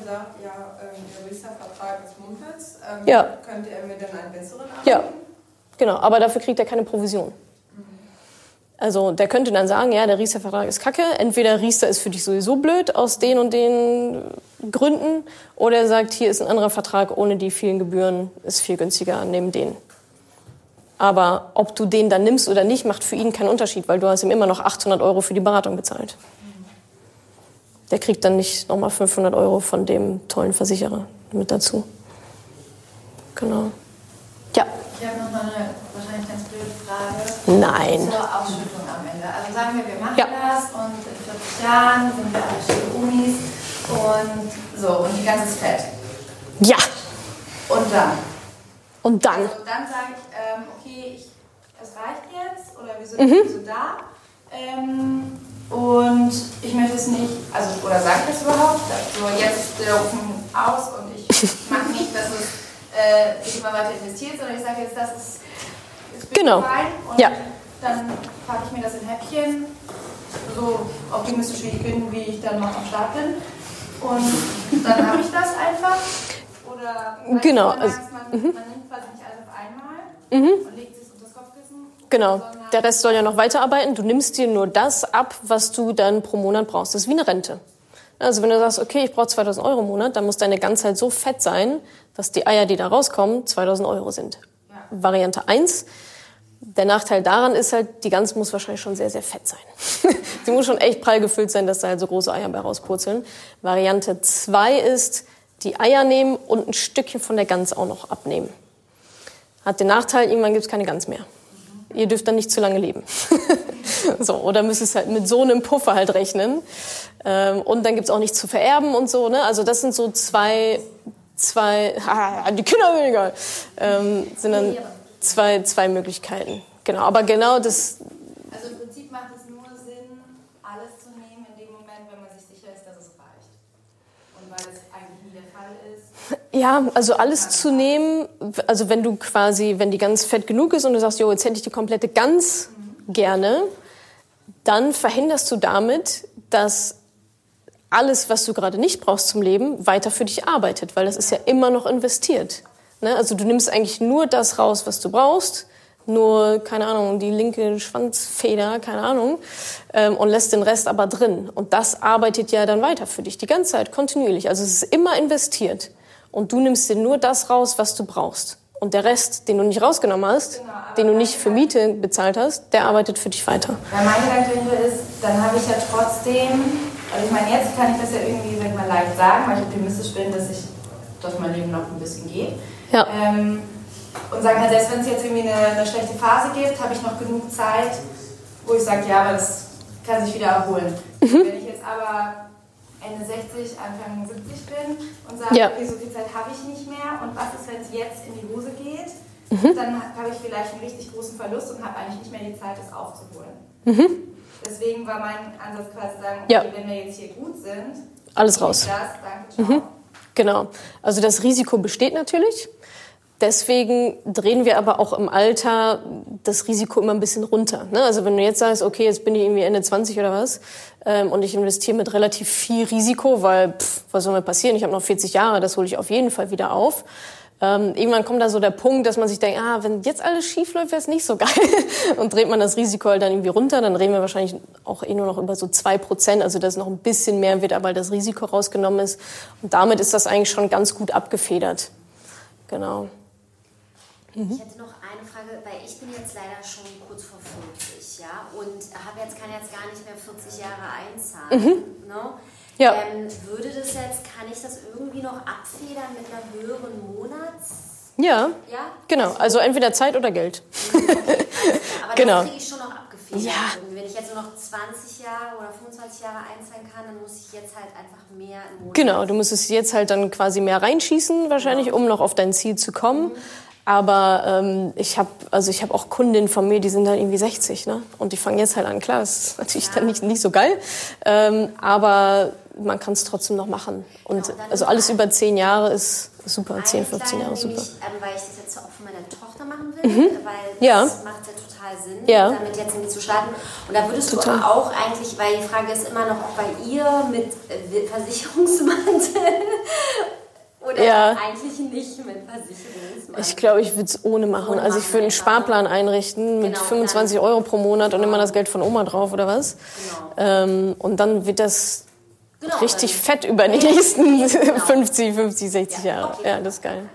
Ja. Könnte er mir dann einen besseren anbieten? Ja, genau. Aber dafür kriegt er keine Provision. Also der könnte dann sagen, ja, der Riester-Vertrag ist kacke. Entweder Riester ist für dich sowieso blöd aus den und den Gründen. Oder er sagt, hier ist ein anderer Vertrag ohne die vielen Gebühren, ist viel günstiger, nehmen den. Aber ob du den dann nimmst oder nicht, macht für ihn keinen Unterschied, weil du hast ihm immer noch achthundert Euro für die Beratung bezahlt. Der kriegt dann nicht nochmal fünfhundert Euro von dem tollen Versicherer mit dazu. Genau. Ja. Ich habe noch mal eine wahrscheinlich ganz blöde Frage. Nein. Zur Ausschüttung am Ende. Also sagen wir, wir machen Ja. das und in vierzig Jahren sind wir alle schöne Unis und so und die ganze ist fett. Ja. Und dann? Und dann? Also dann sage ich, ähm, okay, ich, es reicht jetzt oder wir sind Mhm. so da. Ähm, und ich möchte es nicht, also oder sage ich das überhaupt? So jetzt der rufen aus und ich mache nicht, dass es äh, ich immer weiter investiert, sondern ich sage jetzt, das ist, ist Genau. fein und Ja. dann packe ich mir das in Häppchen, so optimistisch wie ich bin, wie ich dann noch am Start bin. Und dann habe ich das einfach. Oder Genau, man, also, man, man nimmt quasi nicht alles auf einmal Mhm. und legt es unter das Kopfkissen. Genau. sondern- Der Rest soll ja noch weiterarbeiten. Du nimmst dir nur das ab, was du dann pro Monat brauchst. Das ist wie eine Rente. Also wenn du sagst, okay, ich brauche zweitausend Euro im Monat, dann muss deine Gans halt so fett sein, dass die Eier, die da rauskommen, zweitausend Euro sind. Ja. Variante eins. Der Nachteil daran ist halt, die Gans muss wahrscheinlich schon sehr, sehr fett sein. Sie muss schon echt prall gefüllt sein, dass da halt so große Eier bei rauspurzeln. Variante zwei ist, die Eier nehmen und ein Stückchen von der Gans auch noch abnehmen. Hat den Nachteil, irgendwann gibt es keine Gans mehr. Mhm. Ihr dürft dann nicht zu lange leben. So, oder müsst es halt mit so einem Puffer halt rechnen. Ähm, und dann gibt's auch nichts zu vererben und so, ne? Also das sind so zwei, zwei, ah, die Kinder weniger, ähm, sind dann zwei, zwei Möglichkeiten. Genau, aber genau das. Also im Prinzip macht es nur Sinn, alles zu nehmen in dem Moment, wenn man sich sicher ist, dass es reicht. Und weil es eigentlich nie der Fall ist. Ja, also alles zu nehmen, also wenn du quasi, wenn die Gans fett genug ist und du sagst, jo, jetzt hätte ich die komplette Gans mhm. gerne, dann verhinderst du damit, dass alles, was du gerade nicht brauchst zum Leben, weiter für dich arbeitet, weil das ist ja immer noch investiert. Ne? Also du nimmst eigentlich nur das raus, was du brauchst, nur, keine Ahnung, die linke Schwanzfeder, keine Ahnung, ähm, und lässt den Rest aber drin. Und das arbeitet ja dann weiter für dich, die ganze Zeit, kontinuierlich. Also es ist immer investiert. Und du nimmst dir nur das raus, was du brauchst. Und der Rest, den du nicht rausgenommen hast, genau, den du nicht für Miete bezahlt hast, der arbeitet für dich weiter. Weil mein Gedanke dahinter ist, dann habe ich ja trotzdem, also ich meine, jetzt kann ich das ja irgendwie, sag ich mal, leicht sagen, weil ich optimistisch bin, dass ich durch mein Leben noch ein bisschen geht. Ja. Ähm, und sagen halt, selbst wenn es jetzt irgendwie eine, eine schlechte Phase gibt, habe ich noch genug Zeit, wo ich sage, ja, aber das kann sich wieder erholen. Mhm. Wenn ich jetzt aber Ende sechzig, Anfang siebzig bin und sage, ja. okay, so viel Zeit habe ich nicht mehr und was ist, wenn es jetzt in die Hose geht, mhm. dann habe ich vielleicht einen richtig großen Verlust und habe eigentlich nicht mehr die Zeit, das aufzuholen. Mhm. Deswegen war mein Ansatz quasi zu sagen, okay, ja. wenn wir jetzt hier gut sind, alles raus. Das, danke, ciao. Mhm. Genau, also das Risiko besteht natürlich. Deswegen drehen wir aber auch im Alter das Risiko immer ein bisschen runter. Ne? Also wenn du jetzt sagst, okay, jetzt bin ich irgendwie Ende zwanzig oder was ähm, und ich investiere mit relativ viel Risiko, weil pff, was soll mir passieren? Ich habe noch vierzig Jahre, das hole ich auf jeden Fall wieder auf. Ähm, irgendwann kommt da so der Punkt, dass man sich denkt, ah, wenn jetzt alles schief läuft, wäre es nicht so geil. Und dreht man das Risiko halt dann irgendwie runter, dann reden wir wahrscheinlich auch eh nur noch über so zwei Prozent, also dass noch ein bisschen mehr wird, aber das Risiko rausgenommen ist. Und damit ist das eigentlich schon ganz gut abgefedert. Genau. Ich hätte noch eine Frage, weil ich bin jetzt leider schon kurz vor fünfzig, ja, und habe jetzt, kann jetzt gar nicht mehr vierzig Jahre einzahlen, mhm. no? Ja. Ähm, würde das jetzt, kann ich das irgendwie noch abfedern mit einer höheren Monats... Ja, ja? Genau, also entweder Zeit oder Geld. Okay, aber genau. Das kriege ich schon noch abgefedert. Ja. Wenn ich jetzt nur noch zwanzig Jahre oder fünfundzwanzig Jahre einzahlen kann, dann muss ich jetzt halt einfach mehr im Monat... Genau, du müsstest jetzt halt dann quasi mehr reinschießen wahrscheinlich, genau. um noch auf dein Ziel zu kommen. Mhm. Aber ähm, ich habe also ich habe auch Kundinnen von mir, die sind dann irgendwie sechzig, ne? Und die fangen jetzt halt an. Klar, das ist natürlich ja. dann nicht, nicht so geil, ähm, aber man kann es trotzdem noch machen. Und genau, also alles über zehn Jahre ist super, zehn, fünfzehn Jahre super. Nämlich, ähm, weil ich das jetzt auch für meine Tochter machen will, mhm. weil ja. das macht ja total Sinn, ja. damit jetzt irgendwie zu starten. Und da würdest total. du auch eigentlich, weil die Frage ist immer noch auch bei ihr mit äh, Versicherungsmantel. Oder ja. eigentlich nicht mit Versicherungsmantel? Ich glaube, ich würde es ohne machen. Also ich würde einen Sparplan einrichten mit genau, fünfundzwanzig Euro pro Monat genau. und immer das Geld von Oma drauf oder was. Genau. Ähm, und dann wird das genau, richtig fett über die nächsten genau. fünfzig, fünfzig, sechzig ja, Jahre. Okay. Ja, das ist geil.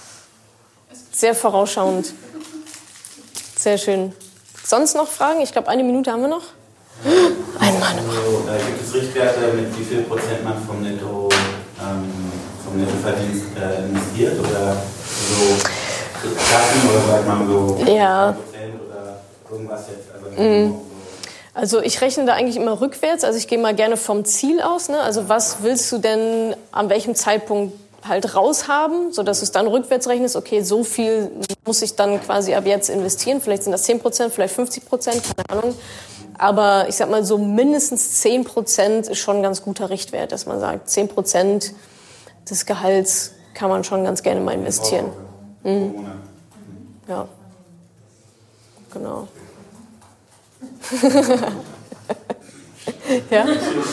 Sehr vorausschauend. Sehr schön. Sonst noch Fragen? Ich glaube, eine Minute haben wir noch. Einmal noch. Also, äh, gibt es Richtwerte, mit wie viel Prozent man vom Netto... Ähm, vom Nettoverdienst äh, investiert oder so Klassen oder sagt man so ja. Prozent oder irgendwas jetzt? Also, mm. also ich rechne da eigentlich immer rückwärts, also ich gehe mal gerne vom Ziel aus, ne? Also was willst du denn an welchem Zeitpunkt halt raushaben, sodass du es dann rückwärts rechnest, okay, so viel muss ich dann quasi ab jetzt investieren, vielleicht sind das zehn Prozent, vielleicht fünfzig Prozent, keine Ahnung. Aber ich sag mal so mindestens zehn Prozent ist schon ein ganz guter Richtwert, dass man sagt, zehn Prozent des Gehalts kann man schon ganz gerne mal investieren. Mhm. Ja, genau. Ja?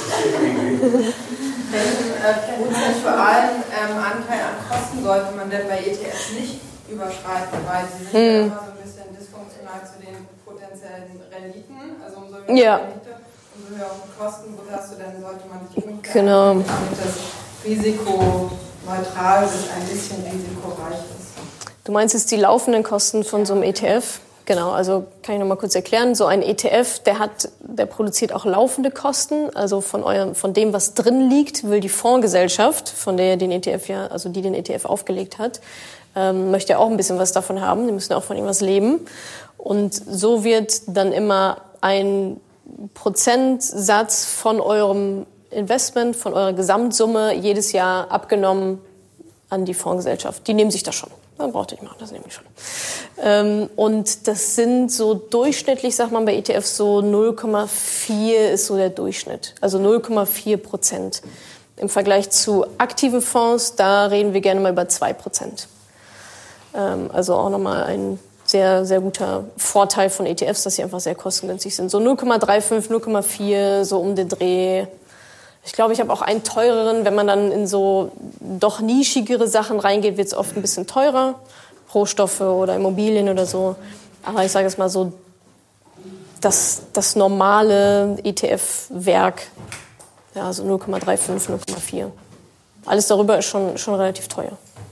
Welchen äh, prozentualen ähm, Anteil an Kosten sollte man denn bei E T Fs nicht überschreiten? Weil sie sind hm. ja immer so ein bisschen dysfunktional zu den potenziellen Renditen. Also umso mehr ja. Rendite, umso höhere Kosten, wo sagst du, dann sollte man sich irgendwie genau. damit das Risiko neutral bis ein bisschen risikoreich ist. Du meinst jetzt die laufenden Kosten von so einem E T F? Genau, also kann ich noch mal kurz erklären. So ein E T F, der hat, der produziert auch laufende Kosten. Also von eurem, von dem, was drin liegt, will die Fondsgesellschaft, von der den E T F ja, also die den E T F aufgelegt hat, ähm, möchte ja auch ein bisschen was davon haben. Die müssen auch von irgendwas leben. Und so wird dann immer ein Prozentsatz von eurem Investment, von eurer Gesamtsumme jedes Jahr abgenommen an die Fondsgesellschaft. Die nehmen sich das schon. Man braucht nicht machen, das nehme ich schon. Ähm, und das sind so durchschnittlich, sagt man bei E T Fs, so null Komma vier ist so der Durchschnitt. Also null Komma vier Prozent. Im Vergleich zu aktiven Fonds, da reden wir gerne mal über zwei Prozent. Ähm, also auch nochmal ein sehr, sehr guter Vorteil von E T Fs, dass sie einfach sehr kostengünstig sind. So null Komma fünfunddreißig, null Komma vier, so um den Dreh. Ich glaube, ich habe auch einen teureren. Wenn man dann in so doch nischigere Sachen reingeht, wird es oft ein bisschen teurer. Rohstoffe oder Immobilien oder so. Aber ich sage es mal so, das, das normale E T F-Werk, ja, so null Komma fünfunddreißig, null Komma vier. Alles darüber ist schon, schon relativ teuer.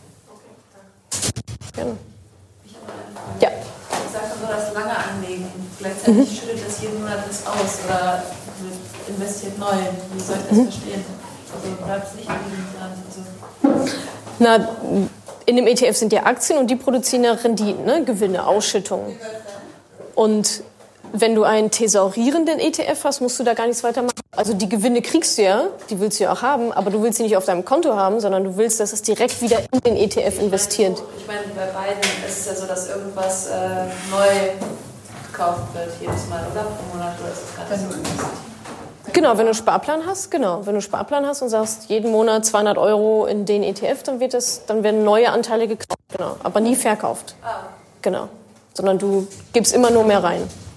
Gerne. Ja. Ich sage so, das lange Anlegen. Gleichzeitig mhm. schüttet das jeden Monat das aus oder investiert neu. Wie soll ich das mhm. verstehen? Also bleibt es nicht liegen dran. Also. Na, in dem E T F sind ja Aktien und die produzieren ja Renditen, ne? Gewinne, Ausschüttungen. Und wenn du einen thesaurierenden E T F hast, musst du da gar nichts weiter machen. Also die Gewinne kriegst du ja, die willst du ja auch haben, aber du willst sie nicht auf deinem Konto haben, sondern du willst, dass es direkt wieder in den E T F investiert. Ich meine, bei beiden ist es ja so, dass irgendwas äh, neu gekauft wird jedes Mal, oder? Pro Monat, oder ist das gerade so günstig? Genau, wenn du einen Sparplan hast, genau. Wenn du einen Sparplan hast und sagst, jeden Monat zweihundert Euro in den E T F, dann, wird das, dann werden neue Anteile gekauft, genau. Aber nie verkauft. Ah. Genau. Sondern du gibst immer nur mehr rein.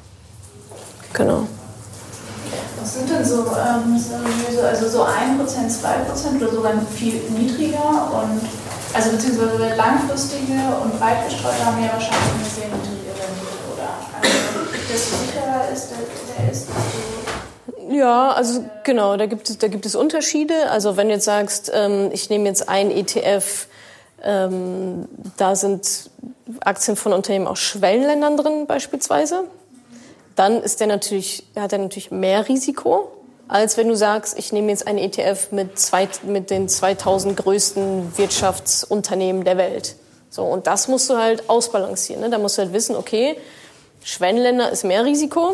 Genau. Was sind denn so, ähm, also so ein Prozent, zwei Prozent oder sogar viel niedriger? Und, also beziehungsweise langfristige und breit gestreute haben ja wahrscheinlich eine sehr niedrige Rendite, oder? Also, desto sicherer ist der, der ist, desto Ja, also genau, da gibt es, da gibt es Unterschiede. Also wenn du jetzt sagst, ähm, ich nehme jetzt einen E T F, ähm, da sind Aktien von Unternehmen aus Schwellenländern drin beispielsweise, dann ist der natürlich, hat er natürlich mehr Risiko, als wenn du sagst, ich nehme jetzt einen E T F mit, zwei, mit den zweitausend größten Wirtschaftsunternehmen der Welt. So, und das musst du halt ausbalancieren. Ne? Da musst du halt wissen, okay, Schwellenländer ist mehr Risiko.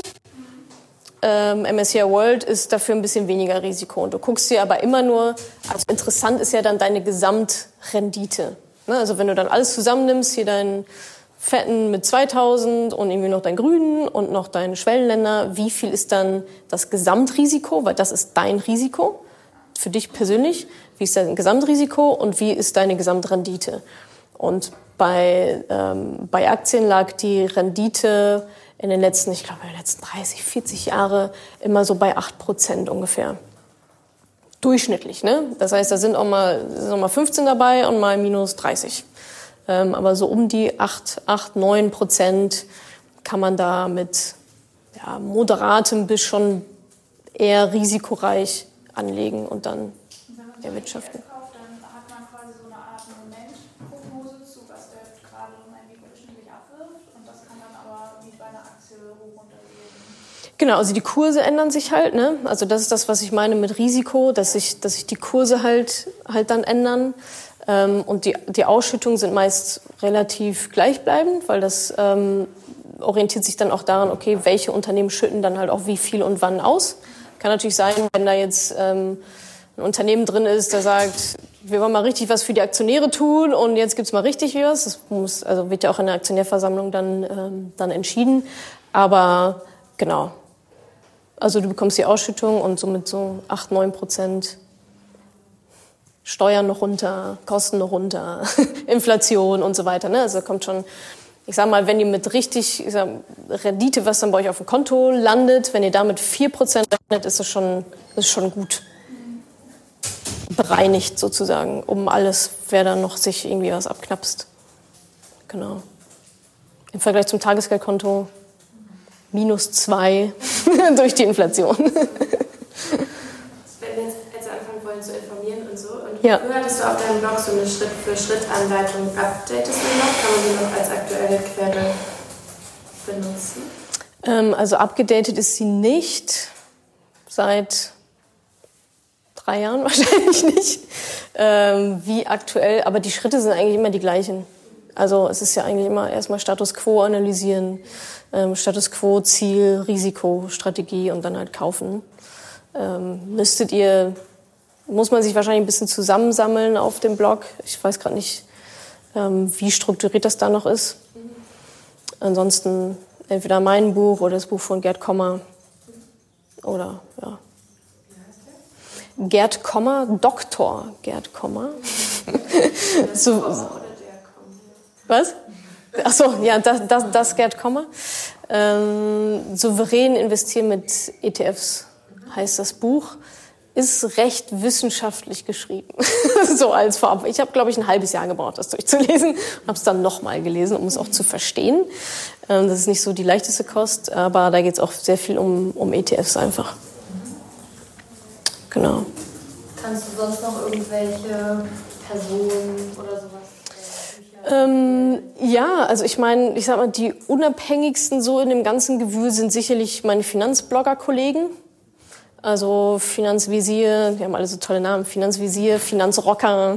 Ähm, M S C I World ist dafür ein bisschen weniger Risiko. Und du guckst dir aber immer nur, also interessant ist ja dann deine Gesamtrendite. Ne? Also wenn du dann alles zusammennimmst, hier deinen Fetten mit zweitausend und irgendwie noch deinen Grünen und noch deine Schwellenländer, wie viel ist dann das Gesamtrisiko? Weil das ist dein Risiko für dich persönlich. Wie ist dein Gesamtrisiko und wie ist deine Gesamtrendite? Und bei, ähm, bei Aktien lag die Rendite in den letzten, ich glaube, in den letzten dreißig, vierzig Jahre immer so bei acht Prozent ungefähr. Durchschnittlich, ne? Das heißt, da sind auch mal, sind auch mal fünfzehn dabei und mal minus dreißig. Ähm, aber so um die acht, neun Prozent kann man da mit ja, moderatem bis schon eher risikoreich anlegen und dann erwirtschaften. Dann hat man quasi so eine Art Momentprognose zu, was der gerade durchschnittlich abwirft. Und das kann dann aber wie bei einer Aktie hoch und runter gehen. Genau, also die Kurse ändern sich halt. Ne? Also das ist das, was ich meine mit Risiko, dass sich, dass sich die Kurse halt, halt dann ändern. Ähm, und die, die Ausschüttungen sind meist relativ gleichbleibend, weil das ähm, orientiert sich dann auch daran, okay, welche Unternehmen schütten dann halt auch wie viel und wann aus. Kann natürlich sein, wenn da jetzt ähm, ein Unternehmen drin ist, der sagt, wir wollen mal richtig was für die Aktionäre tun und jetzt gibt's mal richtig was. Das muss, also wird ja auch in der Aktionärversammlung dann, ähm, dann entschieden. Aber genau, also du bekommst die Ausschüttung und somit so acht, neun Prozent. Steuern noch runter, Kosten noch runter, Inflation und so weiter. Ne? Also kommt schon, ich sag mal, wenn ihr mit richtig ich sag, Rendite, was dann bei euch auf dem Konto landet, wenn ihr damit vier Prozent rechnet, ist es schon, ist schon gut bereinigt sozusagen, um alles, wer dann noch sich irgendwie was abknapst. Genau. Im Vergleich zum Tagesgeldkonto minus zwei durch die Inflation. Wenn wir jetzt anfangen wollen zu informieren und so, und ja. früher hattest du auf deinem Blog so eine Schritt-für-Schritt-Anleitung. Updatest du noch? Kann man die noch als aktuelle Quelle benutzen? Ähm, also abgedatet ist sie nicht. Seit drei Jahren wahrscheinlich nicht. Ähm, wie aktuell, aber die Schritte sind eigentlich immer die gleichen. Also es ist ja eigentlich immer erstmal Status Quo analysieren, ähm, Status Quo, Ziel, Risiko, Strategie und dann halt kaufen. Ähm, müsstet ihr, muss man sich wahrscheinlich ein bisschen zusammensammeln auf dem Blog. Ich weiß gerade nicht, ähm, wie strukturiert das da noch ist. Ansonsten entweder mein Buch oder das Buch von Gerd Kommer oder ja. Gerd Kommer, Doktor Gerd Kommer. so, was? Ach so, ja, das, das, das Gerd Kommer. Ähm, souverän investieren mit E T Fs heißt das Buch. Ist recht wissenschaftlich geschrieben. so als Vorab. Ich habe, glaube ich, ein halbes Jahr gebraucht, das durchzulesen. Und habe es dann nochmal gelesen, um es auch zu verstehen. Ähm, das ist nicht so die leichteste Kost, aber da geht es auch sehr viel um, um E T Fs einfach. Genau. Kannst du sonst noch irgendwelche Personen oder sowas? Ähm, ja, also ich meine, ich sag mal, die unabhängigsten so in dem ganzen Gewühl sind sicherlich meine Finanzblogger-Kollegen. Also Finanzvisier, die haben alle so tolle Namen, Finanzvisier, Finanzrocker.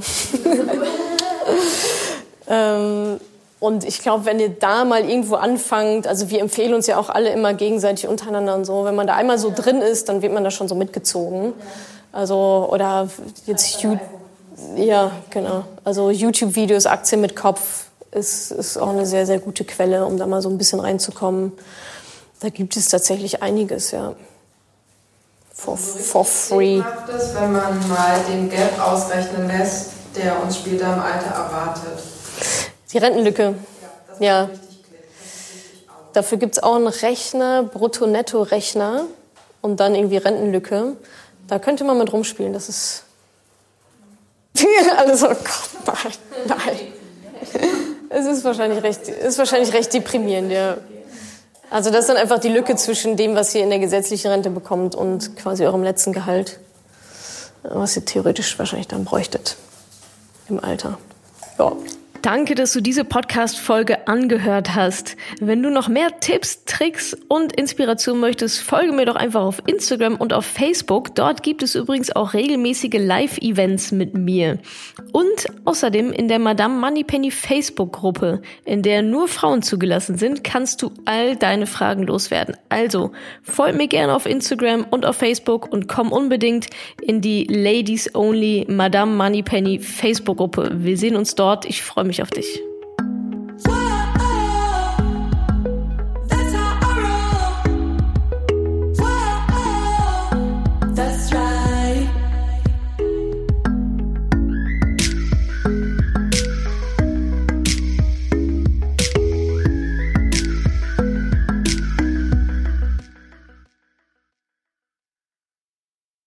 ähm, und ich glaube, wenn ihr da mal irgendwo anfangt, also wir empfehlen uns ja auch alle immer gegenseitig untereinander und so, wenn man da einmal so drin ist, dann wird man da schon so mitgezogen. Also, oder jetzt YouTube. Ja, genau. Also YouTube-Videos, Aktien mit Kopf ist, ist auch eine sehr, sehr gute Quelle, um da mal so ein bisschen reinzukommen. Da gibt es tatsächlich einiges, ja. For, for free. Macht es, wenn man mal den Gap ausrechnen lässt, der uns später im Alter erwartet? Die Rentenlücke. Ja. Das ja. ist richtig klick. Das ist richtig out. Dafür gibt es auch einen Rechner, Brutto-Netto-Rechner und dann irgendwie Rentenlücke. Da könnte man mit rumspielen, das ist... Alles so, oh Gott, nein, nein. Es ist wahrscheinlich recht, ist wahrscheinlich recht deprimierend, ja. Also das ist dann einfach die Lücke zwischen dem, was ihr in der gesetzlichen Rente bekommt und quasi eurem letzten Gehalt, was ihr theoretisch wahrscheinlich dann bräuchtet im Alter. Ja. Danke, dass du diese Podcast-Folge angehört hast. Wenn du noch mehr Tipps, Tricks und Inspiration möchtest, folge mir doch einfach auf Instagram und auf Facebook. Dort gibt es übrigens auch regelmäßige Live-Events mit mir. Und außerdem in der Madame Moneypenny Facebook-Gruppe, in der nur Frauen zugelassen sind, kannst du all deine Fragen loswerden. Also, folg mir gerne auf Instagram und auf Facebook und komm unbedingt in die Ladies Only Madame Moneypenny Facebook-Gruppe. Wir sehen uns dort. Ich freue mich auf dich.